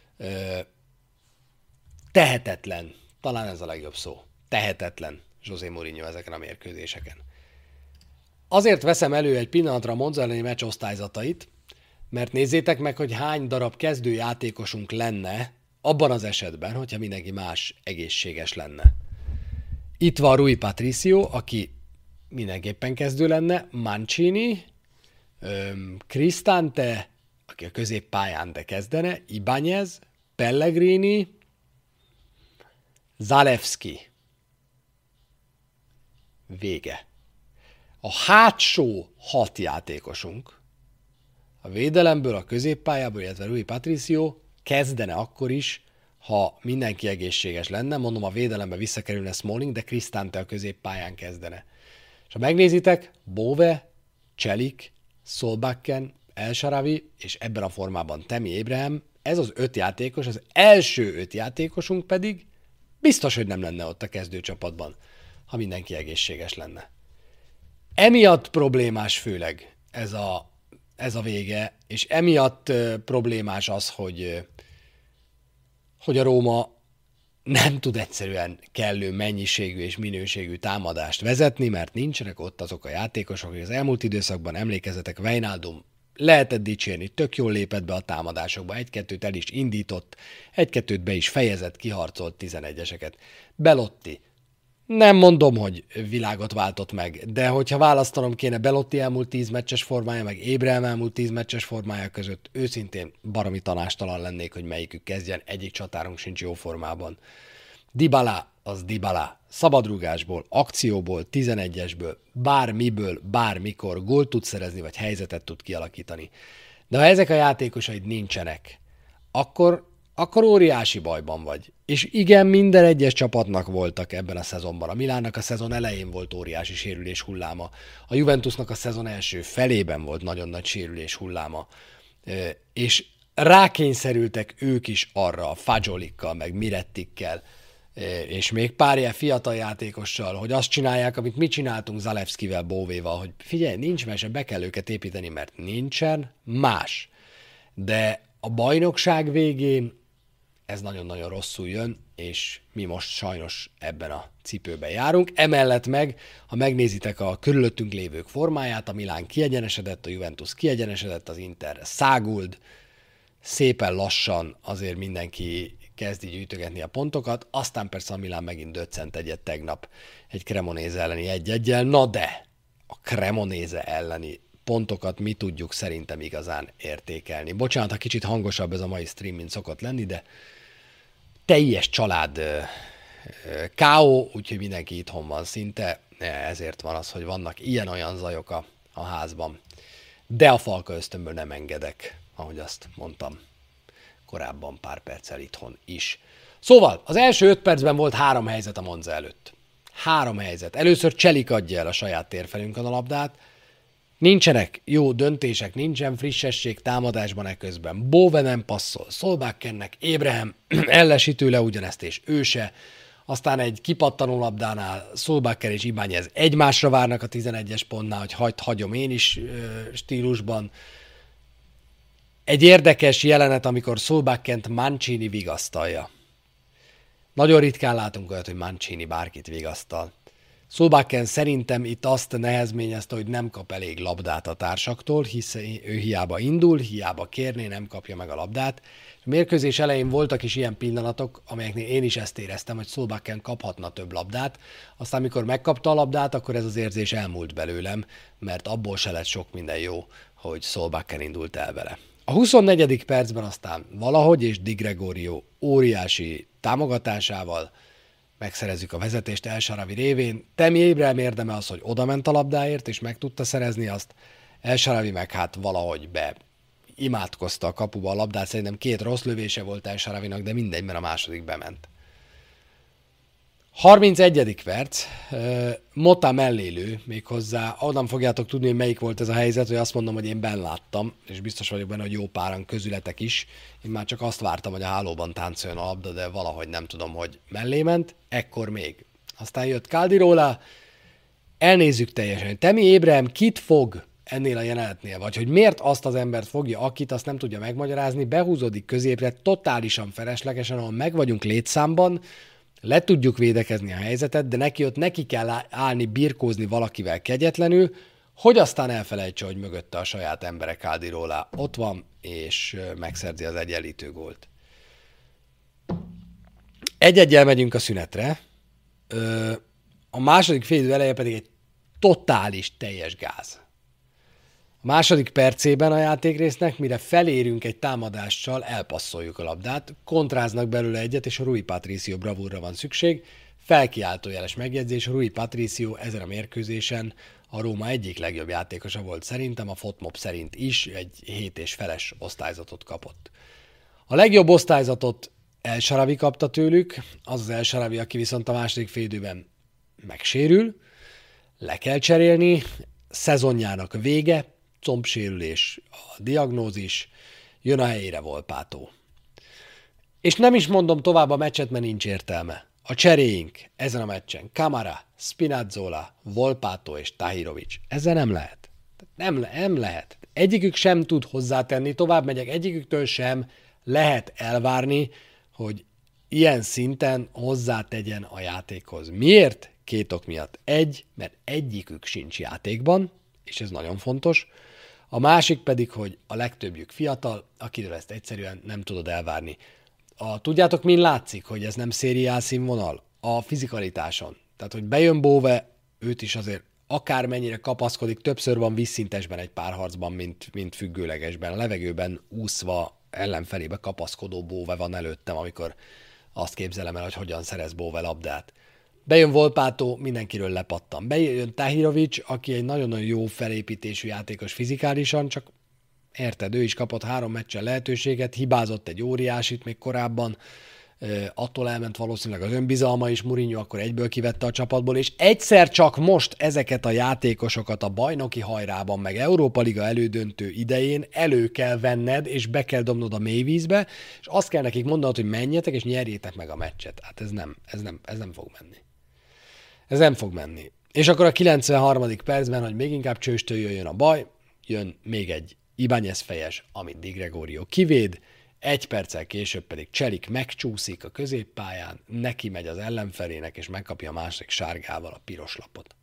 tehetetlen, talán ez a legjobb szó, tehetetlen José Mourinho ezeken a mérkőzéseken. Azért veszem elő egy pillanatra a Monza elleni meccs osztályzatait, mert nézzétek meg, hogy hány darab kezdőjátékosunk lenne abban az esetben, hogyha mindenki más egészséges lenne. Itt van Rui Patricio, aki mindenképpen kezdő lenne, Mancini, Cristante, aki a középpályán de kezdene, Ibáñez, Pellegrini, Zalewski. Vége. A hátsó hat játékosunk, a védelemből, a középpályából, illetve Rui Patricio kezdene akkor is, ha mindenki egészséges lenne, mondom, a védelembe visszakerülne Smalling, de Cristante a középpályán kezdene. És ha megnézitek, Bove, Celik, Solbakken, El Shaarawy, és ebben a formában Tammy Abraham, ez az öt játékos, az első öt játékosunk pedig biztos, hogy nem lenne ott a kezdőcsapatban, ha mindenki egészséges lenne. Emiatt problémás főleg ez a, ez a vége, és emiatt uh, problémás az, hogy, uh, hogy a Róma nem tud egyszerűen kellő mennyiségű és minőségű támadást vezetni, mert nincsenek ott azok a játékosok, hogy az elmúlt időszakban, emlékezzetek, Wijnaldum lehetett dicsérni, tök jól lépett be a támadásokba, egy-kettőt el is indított, egy-kettőt be is fejezett, kiharcolt tizenegyeseket. Belotti, nem mondom, hogy világot váltott meg, de hogyha választanom kéne Belotti elmúlt tíz meccses formája, meg Abraham elmúlt tíz meccses formája között, őszintén baromi tanástalan lennék, hogy melyikük kezdjen, egyik csatárunk sincs jó formában. Dybala az Dybala. Szabadrúgásból, akcióból, tizenegyesből, bármiből, bármikor gólt tud szerezni, vagy helyzetet tud kialakítani. De ha ezek a játékosaid nincsenek, akkor, akkor óriási bajban vagy. És igen, minden egyes csapatnak voltak ebben a szezonban. A Milánnak a szezon elején volt óriási sérülés hulláma. A Juventusnak a szezon első felében volt nagyon nagy sérülés hulláma. És rákényszerültek ők is arra a Fagiolikkal, meg Mirettikkel, és még pár ilyen fiatal játékossal, hogy azt csinálják, amit mi csináltunk Zalewskivel, Bovéval, hogy figyelj, nincs mese, be kell őket építeni, mert nincsen más. De a bajnokság végén ez nagyon-nagyon rosszul jön, és mi most sajnos ebben a cipőben járunk. Emellett meg, ha megnézitek a körülöttünk lévők formáját, a Milán kiegyenesedett, a Juventus kiegyenesedett, az Inter száguld, szépen lassan azért mindenki kezdi gyűjtögetni a pontokat, aztán persze a Milán megint döccent egyet tegnap egy Cremonese elleni egy-egyel, na de a Cremonese elleni pontokat mi tudjuk szerintem igazán értékelni. Bocsánat, ha kicsit hangosabb ez a mai stream, mint szokott lenni, de teljes család ká ó, úgyhogy mindenki itthon van szinte, ezért van az, hogy vannak ilyen-olyan zajok a, a házban. De a falka ösztönből nem engedek, ahogy azt mondtam korábban pár perccel itthon is. Szóval, az első öt percben volt három helyzet a Monza előtt. Három helyzet. Először Celik adja el a saját térfelünkön a labdát, Nincsenek jó döntések, nincsen frissesség támadásban eközben. Bove nem passzol, Solbakken-nek, Abraham ellesi tőle ugyanezt, és ő se. Aztán egy kipattanó labdánál Solbakken és Ibáñez egymásra várnak a tizenegyes pontnál, hogy hagyd hagyom én is stílusban. Egy érdekes jelenet, amikor Solbakkent Mancini vigasztalja. Nagyon ritkán látunk olyat, hogy Mancini bárkit vigasztal. Solbakken szerintem itt azt nehezményezte, hogy nem kap elég labdát a társaktól, hiszen ő hiába indul, hiába kérné, nem kapja meg a labdát. A mérkőzés elején voltak is ilyen pillanatok, amelyeknél én is ezt éreztem, hogy Solbakken kaphatna több labdát. Aztán, amikor megkapta a labdát, akkor ez az érzés elmúlt belőlem, mert abból se lett sok minden jó, hogy Solbakken indult el vele. A huszonnegyedik percben aztán valahogy, és Di Gregorio óriási támogatásával megszerezzük a vezetést El Shaarawy révén. Tammy Abraham érdeme az, hogy odament a labdáért, és meg tudta szerezni azt. El Shaarawy meg hát valahogy be imádkozta a kapuba a labdát. Szerintem két rossz lövése volt El Shaarawynak, de mindegy, mert a második bement. harmincegyedik perc. Mota mellélő méghozzá. Onnan fogjátok tudni, hogy melyik volt ez a helyzet, hogy azt mondom, hogy én benn láttam, és biztos vagyok benne, hogy jó páran közületek is. Én már csak azt vártam, hogy a hálóban táncoljon a labda, de valahogy nem tudom, hogy mellé ment. Ekkor még. Aztán jött Caldirola. Elnézzük teljesen. Tammy Abraham kit fog ennél a jelenetnél, vagy hogy miért azt az embert fogja, akit azt nem tudja megmagyarázni, behúzódik középre totálisan feleslegesen, ahol meg vagyunk létszámban, le tudjuk védekezni a helyzetet, de neki ott neki kell állni, birkózni valakivel kegyetlenül, hogy aztán elfelejtse, hogy mögötte a saját embere Caldirola ott van, és megszerzi az egyenlítő gólt. Egy-egyel megyünk a szünetre. A második félidő eleje pedig egy totális, teljes gáz. A második percében a játékrésznek, mire felérünk egy támadással, elpasszoljuk a labdát, kontráznak belőle egyet, és a Rui Patricio bravúrra van szükség. Felkiáltójeles megjegyzés, Rui Patricio ezen a mérkőzésen a Róma egyik legjobb játékosa volt szerintem, a Fotmob szerint is egy hét és feles osztályzatot kapott. A legjobb osztályzatot El Shaarawy kapta tőlük, az az El Shaarawy, aki viszont a második félidőben megsérül, le kell cserélni, szezonjának vége, combsérülés, a diagnózis, jön a helyére Volpato. És nem is mondom tovább a meccset, mert nincs értelme. A cseréink ezen a meccsen Camara, Spinazzola, Volpato és Tahirovic. Ezzel nem lehet. Nem, nem lehet. Egyikük sem tud hozzátenni, tovább megyek, egyiküktől sem lehet elvárni, hogy ilyen szinten hozzátegyen a játékhoz. Miért? Két ok miatt. Egy, mert egyikük sincs játékban, és ez nagyon fontos. A másik pedig, hogy a legtöbbjük fiatal, akitől ezt egyszerűen nem tudod elvárni. A, tudjátok, min látszik, hogy ez nem szériál színvonal? A fizikalitáson. Tehát, hogy bejön Bove, őt is azért akármennyire kapaszkodik, többször van vízszintesben egy párharcban, mint, mint függőlegesben. A levegőben úszva ellenfelébe kapaszkodó Bove van előttem, amikor azt képzelem el, hogy hogyan szerez Bove labdát. Bejön Volpato, mindenkiről lepattan. Bejön Tahirovic, aki egy nagyon-nagyon jó felépítésű játékos fizikálisan, csak érted, ő is kapott három meccsen lehetőséget, hibázott egy óriásit még korábban, attól elment valószínűleg az önbizalma is, Mourinho akkor egyből kivette a csapatból, és egyszer csak most ezeket a játékosokat a bajnoki hajrában, meg Európa Liga elődöntő idején elő kell venned, és be kell dobnod a mélyvízbe, és azt kell nekik mondanod, hogy menjetek, és nyerjétek meg a meccset. Hát ez nem, ez nem, ez nem fog menni. Ez nem fog menni. És akkor a kilencvenharmadik percben, hogy még inkább csőstől jöjjön a baj, jön még egy Ibáñez fejes, amit Di Gregorio kivéd, egy perccel később pedig Cselik megcsúszik a középpályán, neki megy az ellenfelének, és megkapja a másik sárgával a piros lapot.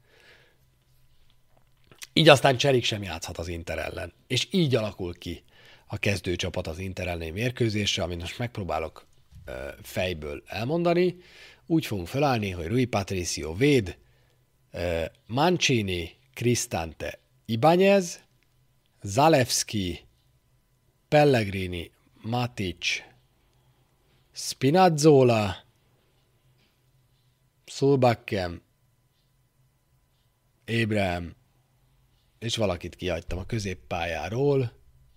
Így aztán Cselik sem játszhat az Inter ellen. És így alakul ki a kezdőcsapat az Inter elleni mérkőzésre, amit most megpróbálok ö, fejből elmondani. Úgy fogunk felállni, hogy Rui Patricio véd, ö, Mancini, Cristante, Ibáñez, Zalewski, Pellegrini, Matic, Spinazzola, Solbakken, Abraham, és valakit kihagytam a középpályáról.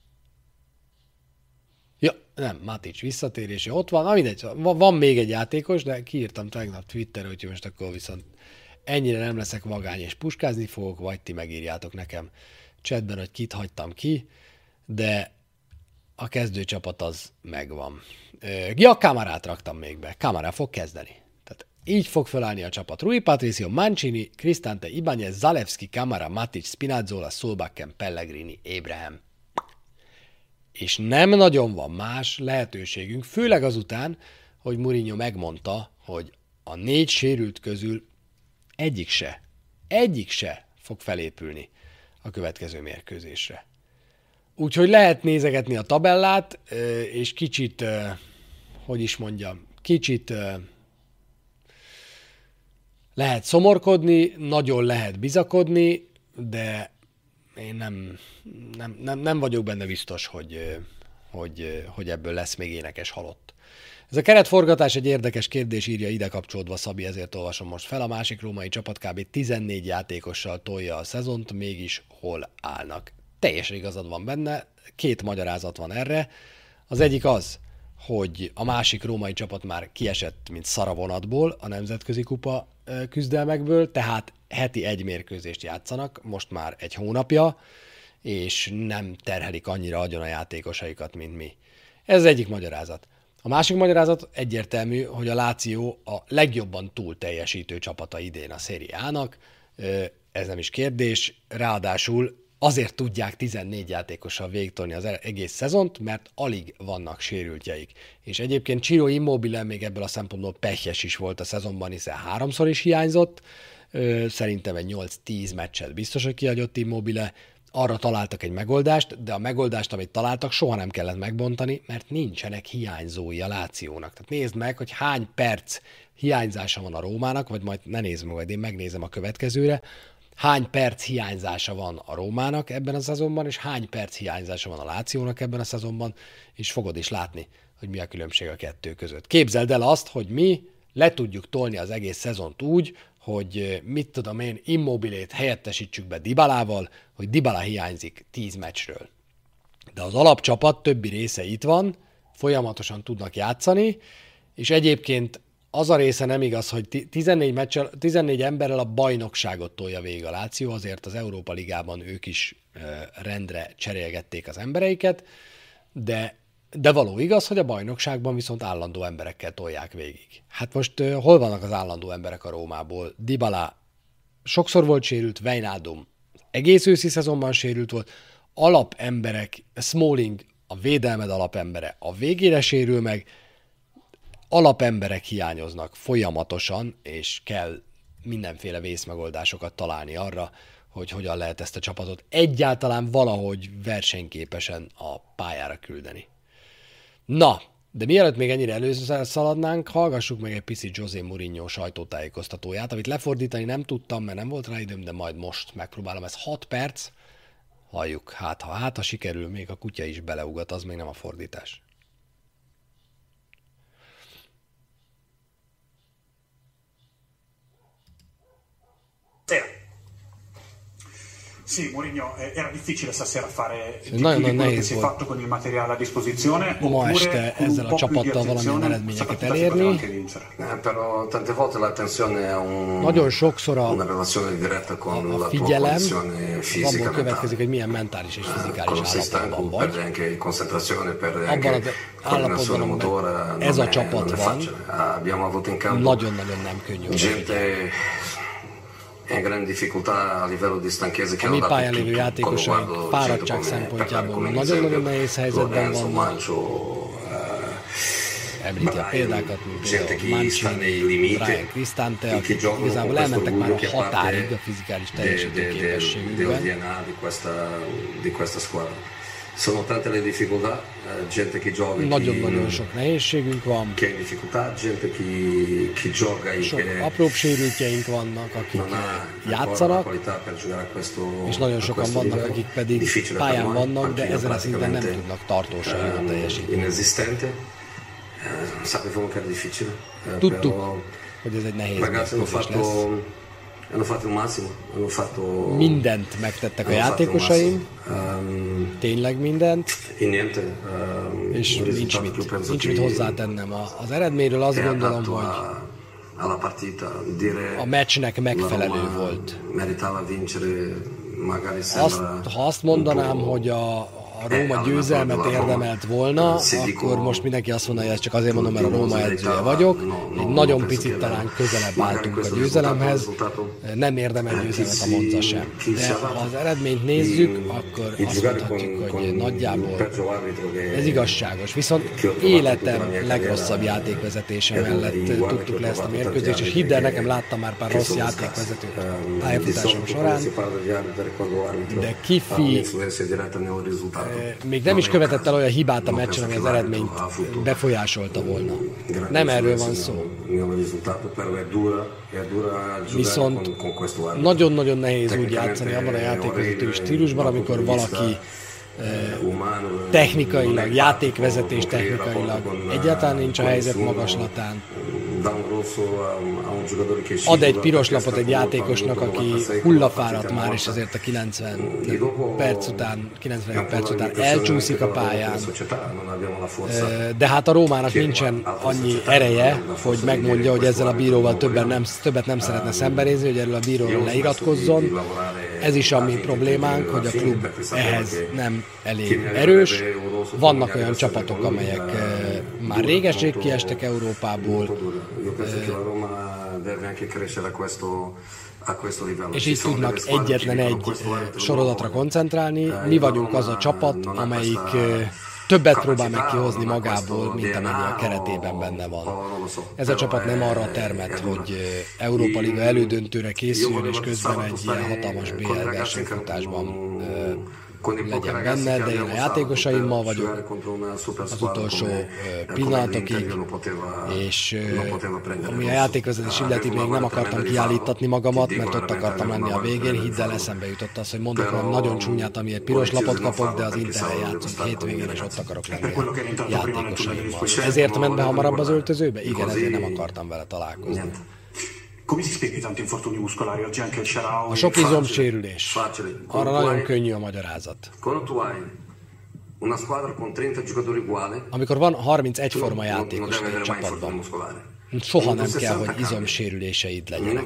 Ja, nem, Matic visszatérése ott van, na mindegy, van, van még egy játékos, de kiírtam tegnap Twitterre, hogy most akkor viszont ennyire nem leszek vagány és puskázni fogok, vagy ti megírjátok nekem chatben, hogy kit hagytam ki, de a kezdőcsapat az megvan. Ja, Camarát raktam még be. Camará fog kezdeni. Tehát így fog felállni a csapat. Rui Patricio, Mancini, Cristante, Ibáñez, Zalewski, Camara, Matic, Spinazzola, Solbakken, Pellegrini, Abraham. És nem nagyon van más lehetőségünk, főleg azután, hogy Mourinho megmondta, hogy a négy sérült közül egyik se, egyik se fog felépülni a következő mérkőzésre. Úgyhogy lehet nézegetni a tabellát, és kicsit, hogy is mondjam, kicsit lehet szomorkodni, nagyon lehet bizakodni, de én nem, nem, nem, nem vagyok benne biztos, hogy, hogy, hogy ebből lesz még énekes halott. Ez a keretforgatás egy érdekes kérdés, írja ide kapcsolódva Szabi, ezért olvasom most fel. A másik római csapat kb. tizennégy játékossal tolja a szezont, mégis hol állnak. Teljesen igazad van benne, két magyarázat van erre. Az egyik az, hogy a másik római csapat már kiesett, mint szaravonatból a nemzetközi kupa küzdelmekből, tehát heti egy mérkőzést játszanak, most már egy hónapja, és nem terhelik annyira agyon a játékosaikat, mint mi. Ez az egyik magyarázat. A másik magyarázat egyértelmű, hogy a Lazio a legjobban túl teljesítő csapata idén a Serie A-nak, ez nem is kérdés, ráadásul azért tudják tizennégy játékossal végigtolni az egész szezont, mert alig vannak sérültjeik. És egyébként Ciro Immobile még ebből a szempontból pehjes is volt a szezonban, hiszen háromszor is hiányzott, szerintem egy nyolc-tíz meccset biztos, hogy kihagyott Immobile, arra találtak egy megoldást, de a megoldást, amit találtak, soha nem kellett megbontani, mert nincsenek hiányzói a Lációnak. Tehát nézd meg, hogy hány perc hiányzása van a Rómának, vagy majd ne nézd meg, majd én megnézem a következőre, hány perc hiányzása van a Rómának ebben a szezonban, és hány perc hiányzása van a Lációnak ebben a szezonban, és fogod is látni, hogy mi a különbség a kettő között. Képzeld el azt, hogy mi le tudjuk tolni az egész szezont úgy, hogy mit tudom én, Immobilét helyettesítsük be Dybalával, hogy Dybala hiányzik tíz meccsről. De az alapcsapat többi része itt van, folyamatosan tudnak játszani, és egyébként az a része nem igaz, hogy tizennégy, meccsel, tizennégy emberrel a bajnokságot tolja végig a Lazio, azért az Európa Ligában ők is rendre cserélgették az embereiket, de, de való igaz, hogy a bajnokságban viszont állandó emberekkel tolják végig. Hát most hol vannak az állandó emberek a Rómából? Dybala sokszor volt sérült, Wijnaldum egész őszi szezonban sérült volt, alapemberek, Smalling a védelmed alapembere a végére sérül meg, alapemberek hiányoznak folyamatosan, és kell mindenféle vészmegoldásokat találni arra, hogy hogyan lehet ezt a csapatot egyáltalán valahogy versenyképesen a pályára küldeni. Na, de mielőtt még ennyire először szaladnánk, hallgassuk meg egy picit José Mourinho sajtótájékoztatóját, amit lefordítani nem tudtam, mert nem volt rá időm, de majd most megpróbálom. Ez hat perc, halljuk, hát ha, hát ha sikerül, még a kutya is beleugat, az még nem a fordítás. Sì, Mourinho, era difficile stasera fare di no, più no, di quello no, che si è fatto con il materiale a disposizione, ma este oppure ezzel a csapattal valamilyen eredményeket elérni. Eh, però tante volte l'attenzione è un, Nagyon sokszor a, una relazione diretta con a la tua figyelem condizione fisica abból következik, hogy milyen mentális és fizikális állapotban vagy. Perde anche concentrazione, perde Abban anche az coordinazione motora. állapotban, ez a csapat van, Abbiamo avuto in campo nagyon-nagyon nem könnyű. gente in grande difficoltà a livello di stanchezza che a mi pályán lévő játékosaink fáradtság szempontjából nagyon-nagyon nehéz helyzetben vannak. Említi a példákat, mint például Mancini, Brian Cristante, akik igazából elmentek már a határig a fizikális teljesítő képességükben. Sono tante le difficoltà, gente che gioca, nagyon-nagyon sok nehézségünk van. Che in difficoltà, gente che che gioca e sok apróbb sérültjeink vannak, akik játszanak, és nagyon sokan vannak, akik pedig pályán vannak, de ezen a szinten nem tudnak tartósan jól teljesíteni. Tudtuk, hogy ez egy nehéz mérkőzés lesz. Hanno fatto il massimo, hanno fatto mindent megtettek a játékosaim, um, tényleg mindent, niente, um, és nincs mit, nincs mit hozzátennem. Az eredményről azt gondolom, hogy alla partita, dire a meccsnek megfelelő volt. Meritava vincere azt, ha azt mondanám, hogy a, a Róma győzelmet érdemelt volna, akkor most mindenki azt mondaná, hogy ezt csak azért mondom, mert a Róma edzője vagyok. Egy nagyon picit talán közelebb álltunk a győzelemhez, nem érdemel győzelmet a Monza sem. De ha az eredményt nézzük, akkor azt mondhatjuk, hogy nagyjából ez igazságos. Viszont életem legrosszabb játékvezetése mellett tudtuk le ezt a mérkőzést, és hidd el, nekem láttam már pár rossz játékvezetőt pályafutásom során, de Kiffi még nem is követett el olyan hibát a meccsen, ami az eredményt befolyásolta volna. Nem erről van szó. Viszont nagyon-nagyon nehéz úgy játszani abban a játékvezetői stílusban, amikor valaki technikailag, játékvezetés technikailag egyáltalán nincs a helyzet magaslatán. Ad egy piros lapot egy játékosnak, aki hullafáradt már, és azért a kilencven perc után, kilencven perc után elcsúszik a pályán. De hát a Rómának nincsen annyi ereje, hogy megmondja, hogy ezzel a bíróval többen nem, többet nem szeretne szembenézni, hogy erről a bíróról leiratkozzon. Ez is a mi problémánk, hogy a klub ehhez nem elég erős. Vannak olyan csapatok, amelyek már régeség kiestek Európából, és így tudnak egyetlen egy sorozatra koncentrálni. Mi vagyunk az a csapat, amelyik többet próbál meg kihozni magából, mint amennyi a keretében benne van. Ez a csapat nem arra termett, hogy Európa Liga elődöntőre készüljön, és közben egy ilyen hatalmas bé el versenyfutásban legyen benne, de én a játékosaimmal vagyok az utolsó pillanatokig, és ami a játékvezetés illeti, még nem akartam kiállítatni magamat, mert ott akartam lenni a végén, hidd el, eszembe jutott az, hogy mondok valami nagyon csúnyát, ami egy piros lapot kapok, de az Interrel játszunk hétvégén, és ott akarok lenni a játékosaimmal. Ezért ment be hamarabb az öltözőbe? Igen, ezért nem akartam vele találkozni. A sok izomsérülés. Arra nagyon könnyű a magyarázat. Amikor van harminc egyforma játékos egy csapatban, soha nem kell, hogy izomsérüléseid legyenek.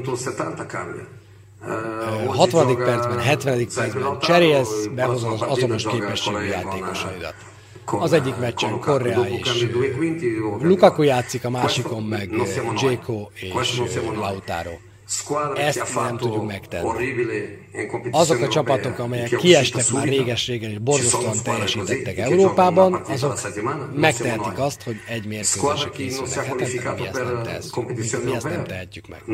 hatvadik percben, hetvenedik percben cserélsz, behozod az azonos képességű játékosaidat. Az egyik meccsen Correa és Lukaku játszik, a másikon meg Dzeko és Lautaro. Ezt nem tudjuk megtenni. Azok a csapatok, amelyek kiestek már réges-régen és borzasztóan teljesítettek Európában, azok megtehetik azt, hogy egy mérkőzésre készülnek hetet, mi ezt nem tehetjük. Mi ezt nem tehetjük meg.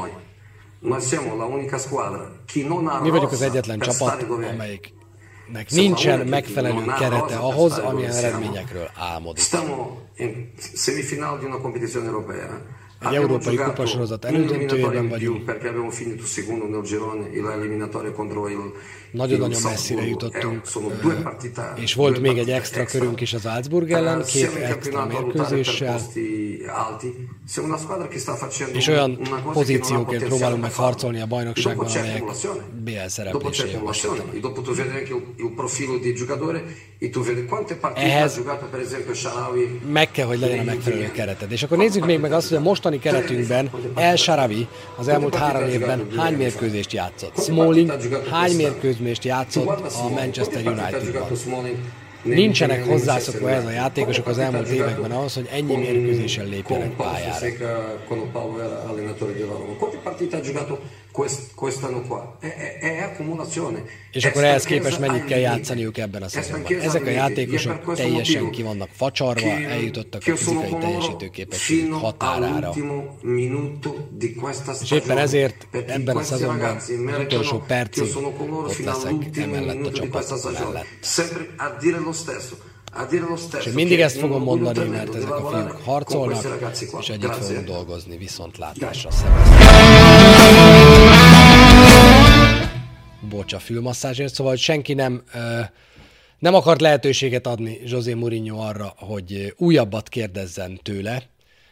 Mi vagyunk az egyetlen csapat, amelyik nek nincsen megfelelő kerete ahhoz, amilyen eredményekről álmodik. Egy európai kupasorozat elődöntőjében vagyunk. Nagyon-nagyon messzire jutottunk, és volt még egy extra körünk is az Salzburg ellen, két extra mérkőzéssel, és olyan pozíciókért próbálunk meg harcolni a bajnokságban, amelyek bé el szereplésre javasoltanak. Ehhez meg kell, hogy legyen a megfelelő kereted. És akkor nézzük még meg azt, hogy a mostani keretünkben El Shaarawy az elmúlt három évben hány mérkőzést játszott. Smalling hány mérkőzést játszott a Manchester Unitedban. Nincsenek hozzászokva ez a játékosok az elmúlt években ahhoz, hogy ennyi mérkőzésen lépjenek pályára. És akkor ehhez képest mennyit kell játszaniuk ebben a szezonban. Ezek a játékosok teljesen ki vannak facsarva, eljutottak a fizikai teljesítőképességük határára. És éppen ezért ebben a szezonban az utolsó percig ott leszek emellett a csapat mellett. És én mindig ezt fogom mondani, mert ezek a fiúk harcolnak, és együtt fogunk dolgozni, viszontlátásra Bocs a fülmasszázsért, szóval hogy senki nem, nem akart lehetőséget adni José Mourinho arra, hogy újabbat kérdezzen tőle,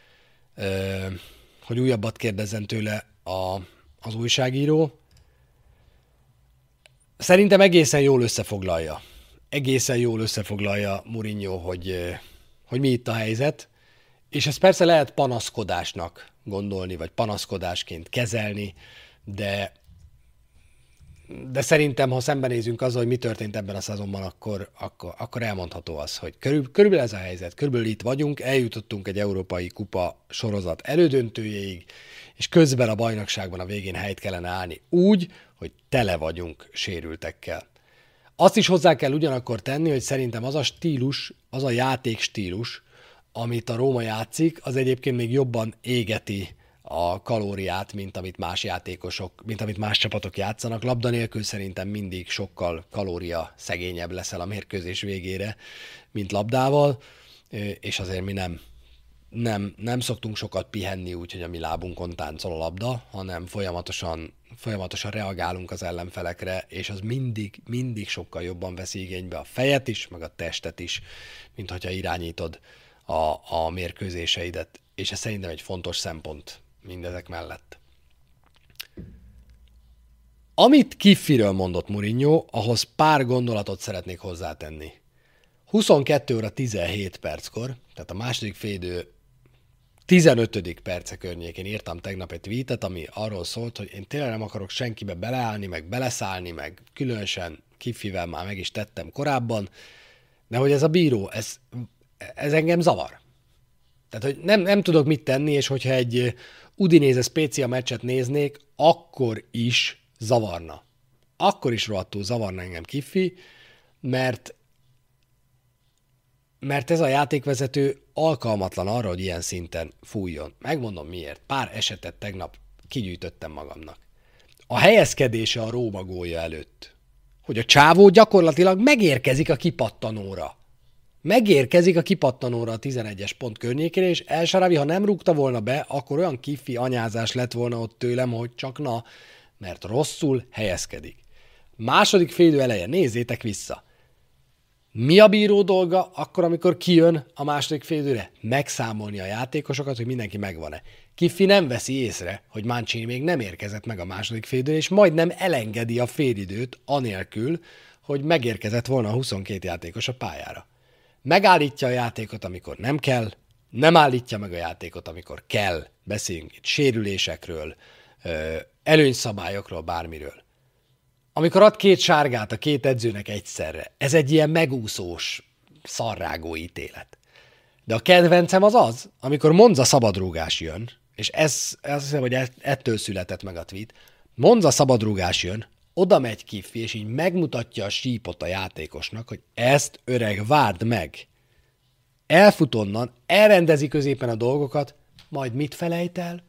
hogy újabbat kérdezzen tőle a, az újságíró. Szerintem egészen jól összefoglalja. Egészen jól összefoglalja Mourinho, hogy, hogy mi itt a helyzet, és ezt persze lehet panaszkodásnak gondolni, vagy panaszkodásként kezelni, de de szerintem, ha szembenézünk azzal, hogy mi történt ebben a szezonban, akkor, akkor, akkor elmondható az, hogy körül, körülbelül ez a helyzet, körülbelül itt vagyunk, eljutottunk egy európai kupa sorozat elődöntőjéig, és közben a bajnokságban a végén helyt kellene állni úgy, hogy tele vagyunk sérültekkel. Azt is hozzá kell ugyanakkor tenni, hogy szerintem az a stílus, az a játékstílus, amit a Róma játszik, az egyébként még jobban égeti a kalóriát, mint amit más játékosok, mint amit más csapatok játszanak. Labda nélkül szerintem mindig sokkal kalória szegényebb leszel a mérkőzés végére, mint labdával, és azért mi nem, nem, nem szoktunk sokat pihenni úgy, hogy a mi lábunkon táncol a labda, hanem folyamatosan, folyamatosan reagálunk az ellenfelekre, és az mindig, mindig sokkal jobban veszi igénybe a fejet is, meg a testet is, mint hogyha irányítod a, a mérkőzéseidet, és ez szerintem egy fontos szempont mindezek mellett. Amit Kiffiről mondott Mourinho, ahhoz pár gondolatot szeretnék hozzátenni. huszonkettő óra tizenhét perckor, tehát a második félidő tizenötödik perce környékén írtam tegnap egy tweetet, ami arról szólt, hogy én tényleg nem akarok senkibe beleállni, meg beleszállni, meg különösen Kiffivel már meg is tettem korábban, de hogy ez a bíró, ez, ez engem zavar. Tehát, hogy nem, nem tudok mit tenni, és hogyha egy Udinese Spezia meccset néznék, akkor is zavarna. Akkor is rohadtul zavarna engem Kiffi, mert, mert ez a játékvezető alkalmatlan arra, hogy ilyen szinten fújjon. Megmondom miért. Pár esetet tegnap kigyűjtöttem magamnak. A helyezkedése a Róma gólja előtt. Hogy a csávó gyakorlatilag megérkezik a kipattanóra. Megérkezik a kipattanóra a tizenegyes pont környékére, és El Shaarawy, ha nem rúgta volna be, akkor olyan Kiffi anyázás lett volna ott tőlem, hogy csak na, mert rosszul helyezkedik. Második félidő eleje, nézzétek vissza. Mi a bíró dolga akkor, amikor kijön a második félidőre? Megszámolni a játékosokat, hogy mindenki megvan-e. Kiffi nem veszi észre, hogy Mancini még nem érkezett meg a második félidőre, és majdnem elengedi a félidőt anélkül, hogy megérkezett volna a huszonkét játékos a pályára. Megállítja a játékot, amikor nem kell, nem állítja meg a játékot, amikor kell. Beszéljünk itt sérülésekről, előnyszabályokról, bármiről. Amikor ad két sárgát a két edzőnek egyszerre, ez egy ilyen megúszós, szarrágó ítélet. De a kedvencem az az, amikor Monza szabadrúgás jön, és ez, azt hiszem, hogy ettől született meg a tweet, Monza szabadrúgás jön, oda megy Kiffi, és így megmutatja a sípot a játékosnak, hogy ezt öreg, várd meg. Elfut onnan, elrendezi középen a dolgokat, majd mit felejt el?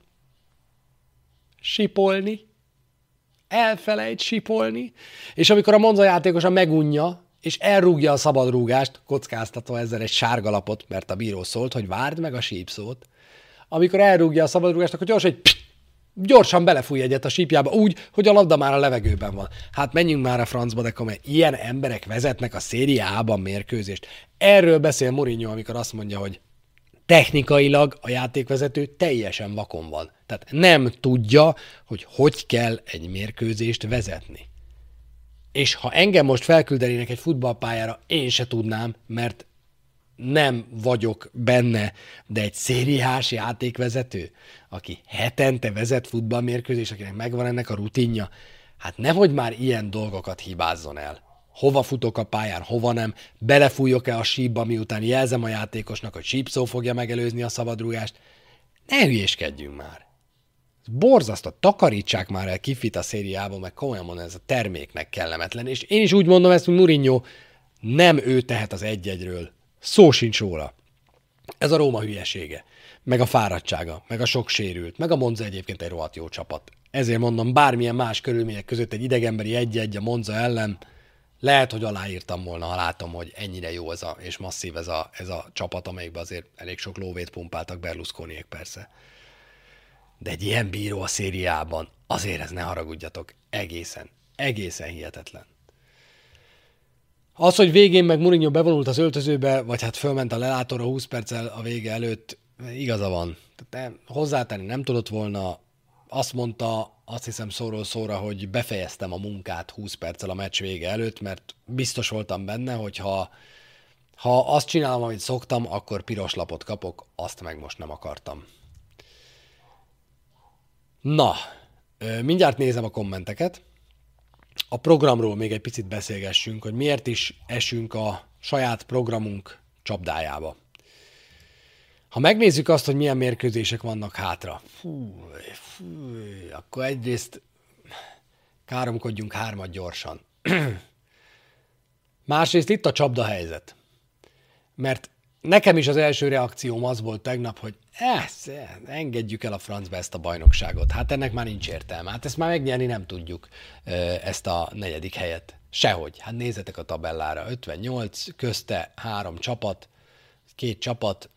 Sipolni. Elfelejt sipolni. És amikor a Monza játékosa megunja, és elrúgja a szabadrúgást, kockáztatva ezzel egy sárgalapot, mert a bíró szólt, hogy várd meg a sípszót. Amikor elrúgja a szabadrúgást, akkor gyorsan egy gyorsan belefúj egyet a sípjába úgy, hogy a labda már a levegőben van. Hát menjünk már a francba, de komolyan, ilyen emberek vezetnek a Serie A-ban mérkőzést. Erről beszél Mourinho, amikor azt mondja, hogy technikailag a játékvezető teljesen vakon van. Tehát nem tudja, hogy hogy kell egy mérkőzést vezetni. És ha engem most felküldenének egy futballpályára, én se tudnám, mert nem vagyok benne, de egy szériás játékvezető, aki hetente vezet futballmérkőzést, akinek megvan ennek a rutinja, hát nehogy már ilyen dolgokat hibázzon el. Hova futok a pályán, hova nem, belefújok-e a sípba, miután jelzem a játékosnak, hogy sípszó fogja megelőzni a szabadrúgást. Ne hülyéskedjünk már. Borzasztó, takarítsák már el Kiffit a szériából, meg komolyan mondom, ez a terméknek kellemetlen. És én is úgy mondom ezt, hogy Mourinho, nem ő tehet az egy-egyről. Szó sincs róla. Ez a Róma hülyesége, meg a fáradtsága, meg a sok sérült, meg a Monza egyébként egy rohadt jó csapat. Ezért mondom, bármilyen más körülmények között egy idegenberi egy-egy a Monza ellen, lehet, hogy aláírtam volna, ha látom, hogy ennyire jó ez a, és masszív ez a, ez a csapat, amelyikben azért elég sok lóvét pumpáltak, Berlusconiék persze. De egy ilyen bíró a szériában, azért ez ne haragudjatok, egészen, egészen hihetetlen. Az, hogy végén meg Mourinho bevonult az öltözőbe, vagy hát fölment a lelátóra húsz perccel a vége előtt, igaza van. Tehát hozzátenni nem tudott volna. Azt mondta, azt hiszem szóról szóra, hogy befejeztem a munkát húsz perccel a meccs vége előtt, mert biztos voltam benne, hogy ha, ha azt csinálom, amit szoktam, akkor piros lapot kapok, azt meg most nem akartam. Na, mindjárt nézem a kommenteket. a programról még egy picit beszélgessünk, hogy miért is esünk a saját programunk csapdájába. Ha megnézzük azt, hogy milyen mérkőzések vannak hátra, fú, fú, akkor egyrészt káromkodjunk hármat gyorsan. Másrészt itt a csapda helyzet. Mert nekem is az első reakcióm az volt tegnap, hogy ezt, engedjük el a francba ezt a bajnokságot. Hát ennek már nincs értelme. Hát ezt már megnyerni nem tudjuk, ezt a negyedik helyet. Sehogy. Hát nézzetek a tabellára. ötvennyolc, közte három csapat, két csapat.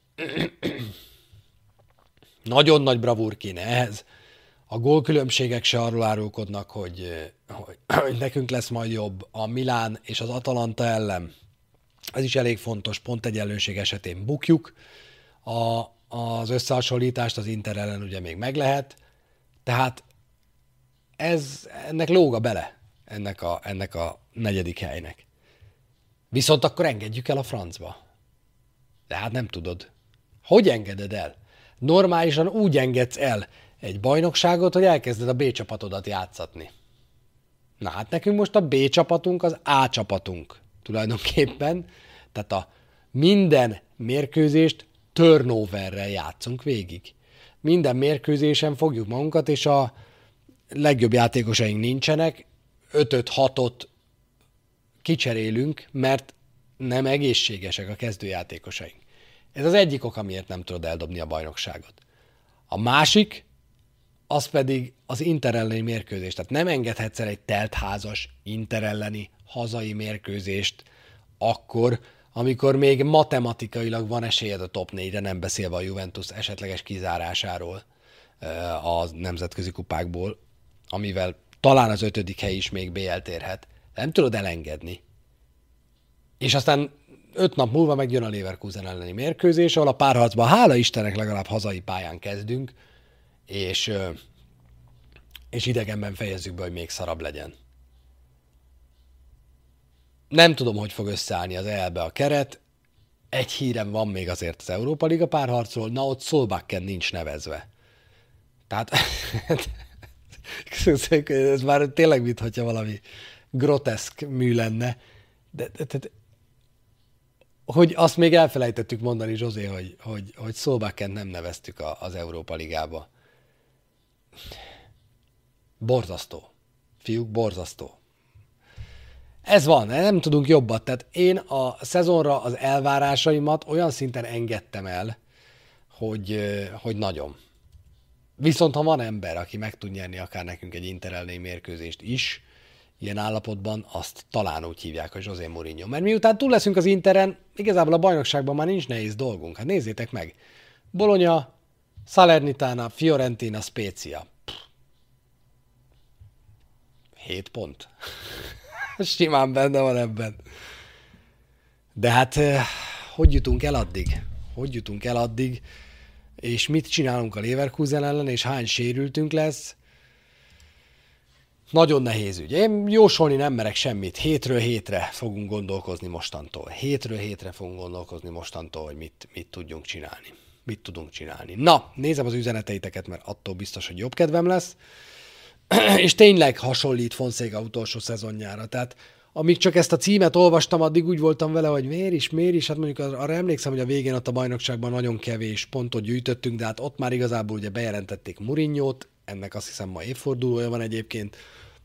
Nagyon nagy bravúr kéne ehhez. A gólkülönbségek se arról árulkodnak, hogy, hogy, hogy nekünk lesz majd jobb. A Milán és az Atalanta ellen, ez is elég fontos, pontegyenlőség esetén bukjuk. A, az összehasonlítást az Inter ellen ugye még meg lehet. Tehát ez, ennek lóga bele, ennek a, ennek a negyedik helynek. Viszont akkor engedjük el a francba. De hát nem tudod. Hogy engeded el? Normálisan úgy engedsz el egy bajnokságot, hogy elkezded a B csapatodat játszatni. Na hát nekünk most a B csapatunk az A csapatunk tulajdonképpen. Tehát a minden mérkőzést turnoverrel játszunk végig. Minden mérkőzésen fogjuk magunkat, és a legjobb játékosaink nincsenek, ötöt hatot kicserélünk, mert nem egészségesek a kezdőjátékosaink. Ez az egyik ok, amiért nem tudod eldobni a bajnokságot. A másik, az pedig az Inter elleni mérkőzés. Tehát nem engedhetsz el egy teltházas Inter elleni hazai mérkőzést akkor, amikor még matematikailag van esélyed a top négyre, nem beszélve a Juventus esetleges kizárásáról a nemzetközi kupákból, amivel talán az ötödik hely is még bé el térhet. Nem tudod elengedni. És aztán öt nap múlva megjön a Leverkusen elleni mérkőzés, ahol a párharcban, hála Istennek, legalább hazai pályán kezdünk, és, és idegenben fejezzük be, hogy még szarabb legyen. Nem tudom, hogy fog összeállni az é el-be a keret. Egy hírem van még azért az Európa Liga párharcról, na ott Solbakken nincs nevezve. Tehát ez már tényleg mintha valami groteszk mű lenne, de, de, de hogy azt még elfelejtettük mondani, Zsozé, hogy, hogy, hogy Solbakkent nem neveztük a, az Európa Ligába. Borzasztó. Fiúk, borzasztó. Ez van, nem tudunk jobbat. Tehát én a szezonra az elvárásaimat olyan szinten engedtem el, hogy, hogy nagyon. Viszont ha van ember, aki meg tud nyerni akár nekünk egy Inter elleni mérkőzést is, ilyen állapotban azt talán úgy hívják, hogy José Mourinho. Mert miután túl leszünk az Interen, igazából a bajnokságban már nincs nehéz dolgunk. Hát nézzétek meg. Bologna, Salernitana, Fiorentina, Spezia. Pff. Hét pont. Simán benne van ebben. De hát, hogy jutunk el addig? Hogy jutunk el addig? És mit csinálunk a Leverkusen ellen, és hány sérültünk lesz? Nagyon nehéz ügy. Én jósolni nem merek semmit. Hétről hétre fogunk gondolkozni mostantól. Hétről hétre fogunk gondolkozni mostantól, hogy mit, mit tudjunk csinálni. Mit tudunk csinálni. Na, nézem az üzeneteiteket, mert attól biztos, hogy jobb kedvem lesz. És tényleg hasonlít Fonseca utolsó szezonjára. Tehát amíg csak ezt a címet olvastam, addig úgy voltam vele, hogy miért is, miért is. Hát mondjuk arra emlékszem, hogy a végén ott a bajnokságban nagyon kevés pontot gyűjtöttünk, de hát ott már igazából ugye bejelentették Mourinhót, ennek azt hiszem ma évfordulója van egyébként.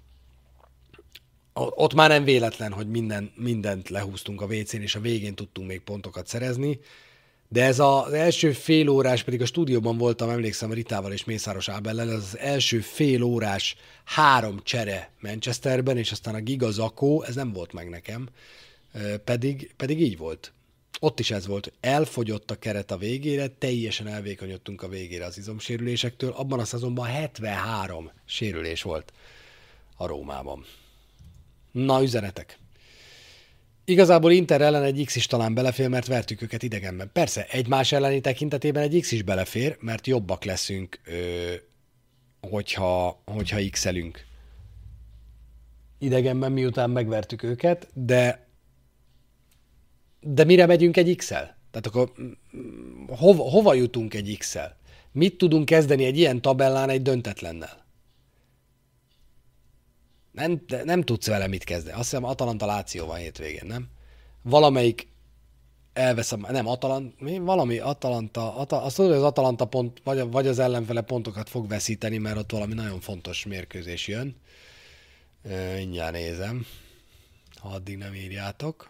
Ott már nem véletlen, hogy minden, mindent lehúztunk a vécén, és a végén tudtunk még pontokat szerezni. De ez az első fél órás, pedig a stúdióban voltam, emlékszem Ritával és Mészáros Ábellel, ez az első fél órás három csere Manchesterben, és aztán a Giga Zakó, ez nem volt meg nekem, pedig, pedig így volt. Ott is ez volt, elfogyott a keret a végére, teljesen elvékonyodtunk a végére az izomsérülésektől, abban a szezonban hetvenhárom sérülés volt a Rómában. Na, üzenetek. Igazából Inter ellen egy X is talán belefér, mert vertük őket idegenben. Persze, egymás elleni tekintetében egy X is belefér, mert jobbak leszünk, ö, hogyha, hogyha X-elünk idegenben, miután megvertük őket, de, de mire megyünk egy X-el? Tehát akkor hova, hova jutunk egy X-el? Mit tudunk kezdeni egy ilyen tabellán egy döntetlennel? Nem, nem tudsz vele mit kezdeni. Azt hiszem Atalanta Láció van hétvégén, nem? Valamelyik elvesz, a, nem, Atalanta, mi? Valami Atalanta, Atal, azt tudod, hogy az Atalanta pont, vagy, vagy az ellenfele pontokat fog veszíteni, mert ott valami nagyon fontos mérkőzés jön. Mindjárt nézem, ha addig nem írjátok.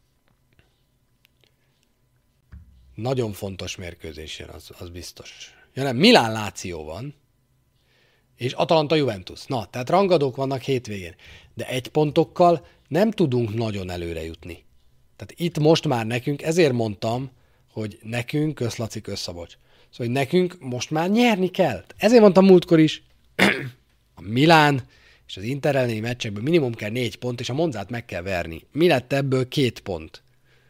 Nagyon fontos mérkőzés jön, az, az biztos. Ja nem, Milán Láció van, és Atalanta Juventus. Na, tehát rangadók vannak hétvégén. De egy pontokkal nem tudunk nagyon előre jutni. Tehát itt most már nekünk, ezért mondtam, hogy nekünk, közlaci, közszabocs. Szóval, hogy nekünk most már nyerni kell. Ezért mondtam múltkor is, a Milán és az Inter elleni meccsekből minimum kell négy pont, és a Monzát meg kell verni. Mi lett ebből két pont?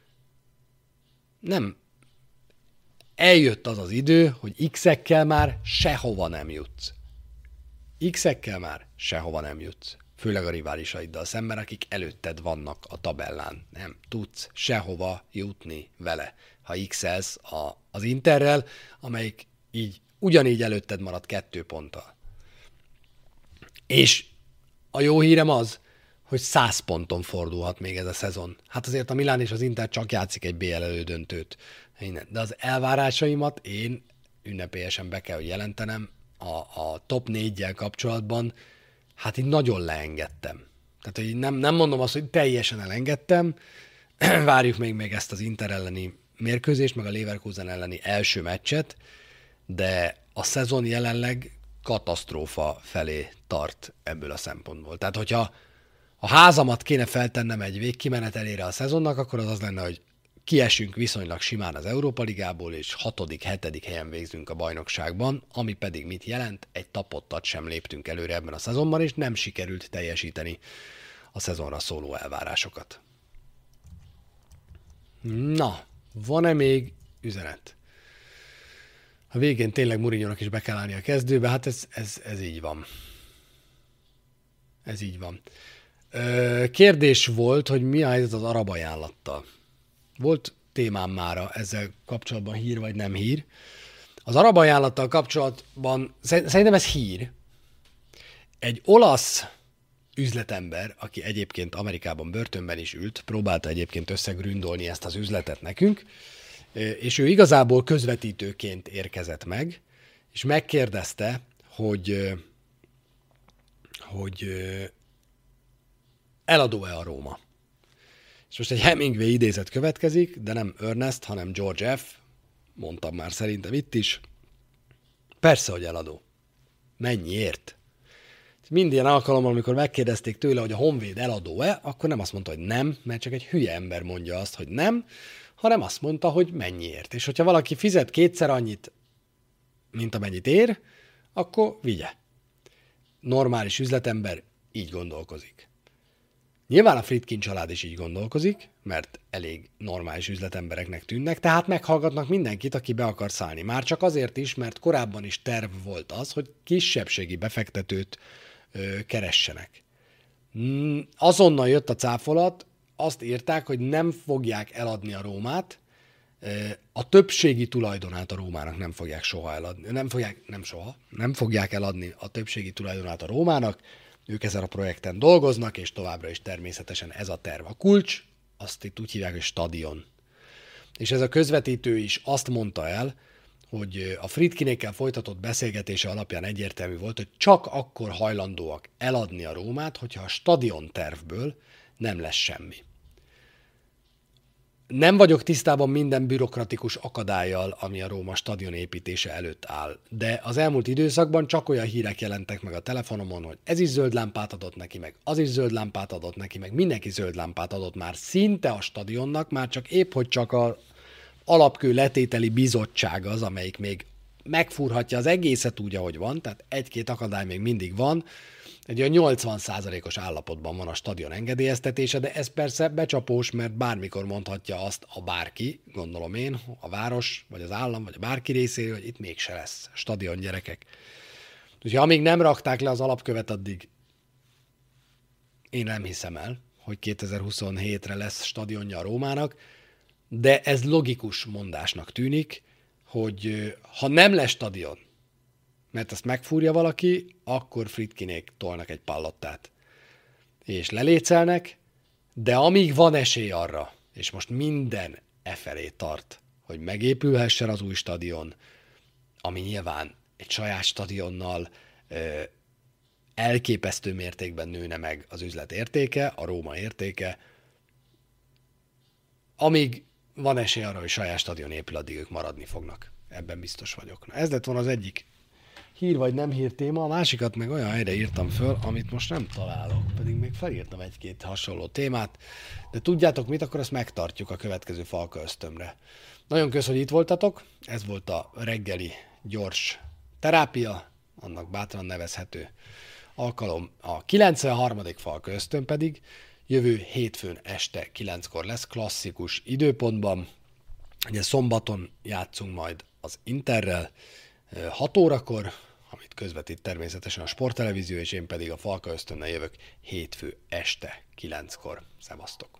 Nem. Eljött az az idő, hogy X-ekkel már sehova nem jutsz. X-ekkel már sehova nem jutsz. Főleg a riválisaiddal szemben, akik előtted vannak a tabellán. Nem tudsz sehova jutni vele, ha X-elsz a, az Interrel, amelyik így ugyanígy előtted marad kettő ponttal. És a jó hírem az, hogy száz ponton fordulhat még ez a szezon. Hát azért a Milán és az Inter csak játszik egy bé el elődöntőt. De az elvárásaimat én ünnepélyesen be kell, hogy jelentenem, a, a top négyel kapcsolatban, hát így nagyon leengedtem. Tehát hogy nem, nem mondom azt, hogy teljesen elengedtem, várjuk még, még ezt az Inter elleni mérkőzést, meg a Leverkusen elleni első meccset, de a szezon jelenleg katasztrófa felé tart ebből a szempontból. Tehát hogyha a házamat kéne feltennem egy végkimenetelére a szezonnak, akkor az az lenne, hogy kiesünk viszonylag simán az Európa Ligából, és hatodik, hetedik helyen végzünk a bajnokságban, ami pedig mit jelent? Egy tapottat sem léptünk előre ebben a szezonban, és nem sikerült teljesíteni a szezonra szóló elvárásokat. Na, van-e még üzenet? A végén tényleg Mourinhónak is be kell állni a kezdőbe, hát ez, ez, ez így van. Ez így van. Kérdés volt, hogy mi a helyzet az arab ajánlattal. Volt témám mára ezzel kapcsolatban hír vagy nem hír. Az arab ajánlattal kapcsolatban szerintem ez hír. Egy olasz üzletember, aki egyébként Amerikában börtönben is ült, próbálta egyébként összegründolni ezt az üzletet nekünk, és ő igazából közvetítőként érkezett meg, és megkérdezte, hogy, hogy eladó-e a Róma. És most egy Hemingway idézet következik, de nem Ernest, hanem George F. Mondtam már szerintem itt is. Persze, hogy eladó. Mennyiért? Mind ilyen alkalommal, amikor megkérdezték tőle, hogy a Honvéd eladó-e, akkor nem azt mondta, hogy nem, mert csak egy hülye ember mondja azt, hogy nem, hanem azt mondta, hogy mennyiért. És hogyha valaki fizet kétszer annyit, mint amennyit ér, akkor vigye. Normális üzletember így gondolkozik. Nyilván a Friedkin család is így gondolkozik, mert elég normális üzletembereknek tűnnek, tehát meghallgatnak mindenkit, aki be akar szállni. Már csak azért is, mert korábban is terv volt az, hogy kisebbségi befektetőt ö, keressenek. Azonnal jött a cáfolat, azt írták, hogy nem fogják eladni a Rómát, a többségi tulajdonát a Rómának nem fogják soha eladni, nem fogják, nem soha, nem fogják eladni a többségi tulajdonát a Rómának, ők ezen a projekten dolgoznak, és továbbra is természetesen ez a terv. A kulcs, azt itt úgy hívják, hogy stadion. És ez a közvetítő is azt mondta el, hogy a Friedkinékkel folytatott beszélgetése alapján egyértelmű volt, hogy csak akkor hajlandóak eladni a Rómát, hogyha a stadion tervből nem lesz semmi. Nem vagyok tisztában minden bürokratikus akadályjal, ami a Róma stadion építése előtt áll, de az elmúlt időszakban csak olyan hírek jelentek meg a telefonomon, hogy ez is zöld lámpát adott neki, meg az is zöld lámpát adott neki, meg mindenki zöld lámpát adott már szinte a stadionnak, már csak épp, hogy csak a alapkő letételi bizottság az, amelyik még megfúrhatja az egészet úgy, ahogy van, tehát egy-két akadály még mindig van. Egy olyan nyolcvan százalékos állapotban van a stadion engedélyeztetése, de ez persze becsapós, mert bármikor mondhatja azt a bárki, gondolom én, a város, vagy az állam, vagy a bárki részéről, hogy itt mégse lesz stadion, gyerekek. Úgyhogy amíg nem rakták le az alapkövet, addig én nem hiszem el, hogy kétezer-huszonhétre lesz stadionja a Rómának, de ez logikus mondásnak tűnik, hogy ha nem lesz stadion, mert ezt megfúrja valaki, akkor Friedkinék tolnak egy pallottát. és lelécelnek, de amíg van esély arra, és most minden e felé tart, hogy megépülhessen az új stadion, ami nyilván egy saját stadionnal ö, elképesztő mértékben nőne meg az üzlet értéke, a Róma értéke, amíg van esély arra, hogy saját stadion épül, addig ők maradni fognak. Ebben biztos vagyok. Na, ez lett volna az egyik hír vagy nem hír téma, a másikat meg olyan helyre írtam föl, amit most nem találok, pedig még felírtam egy-két hasonló témát, de tudjátok mit, akkor ezt megtartjuk a következő Falka Ösztömre. Nagyon kösz, hogy itt voltatok, ez volt a reggeli gyors terápia, annak bátran nevezhető alkalom. A kilencvenharmadik Falka Ösztön pedig jövő hétfőn este kilenckor lesz, klasszikus időpontban. Ugye szombaton játszunk majd az Interrel hat órakor, amit közvetít természetesen a Sporttelevízió, és én pedig a Falka Ösztönnel jövök hétfő este kilenckor. Szevasztok!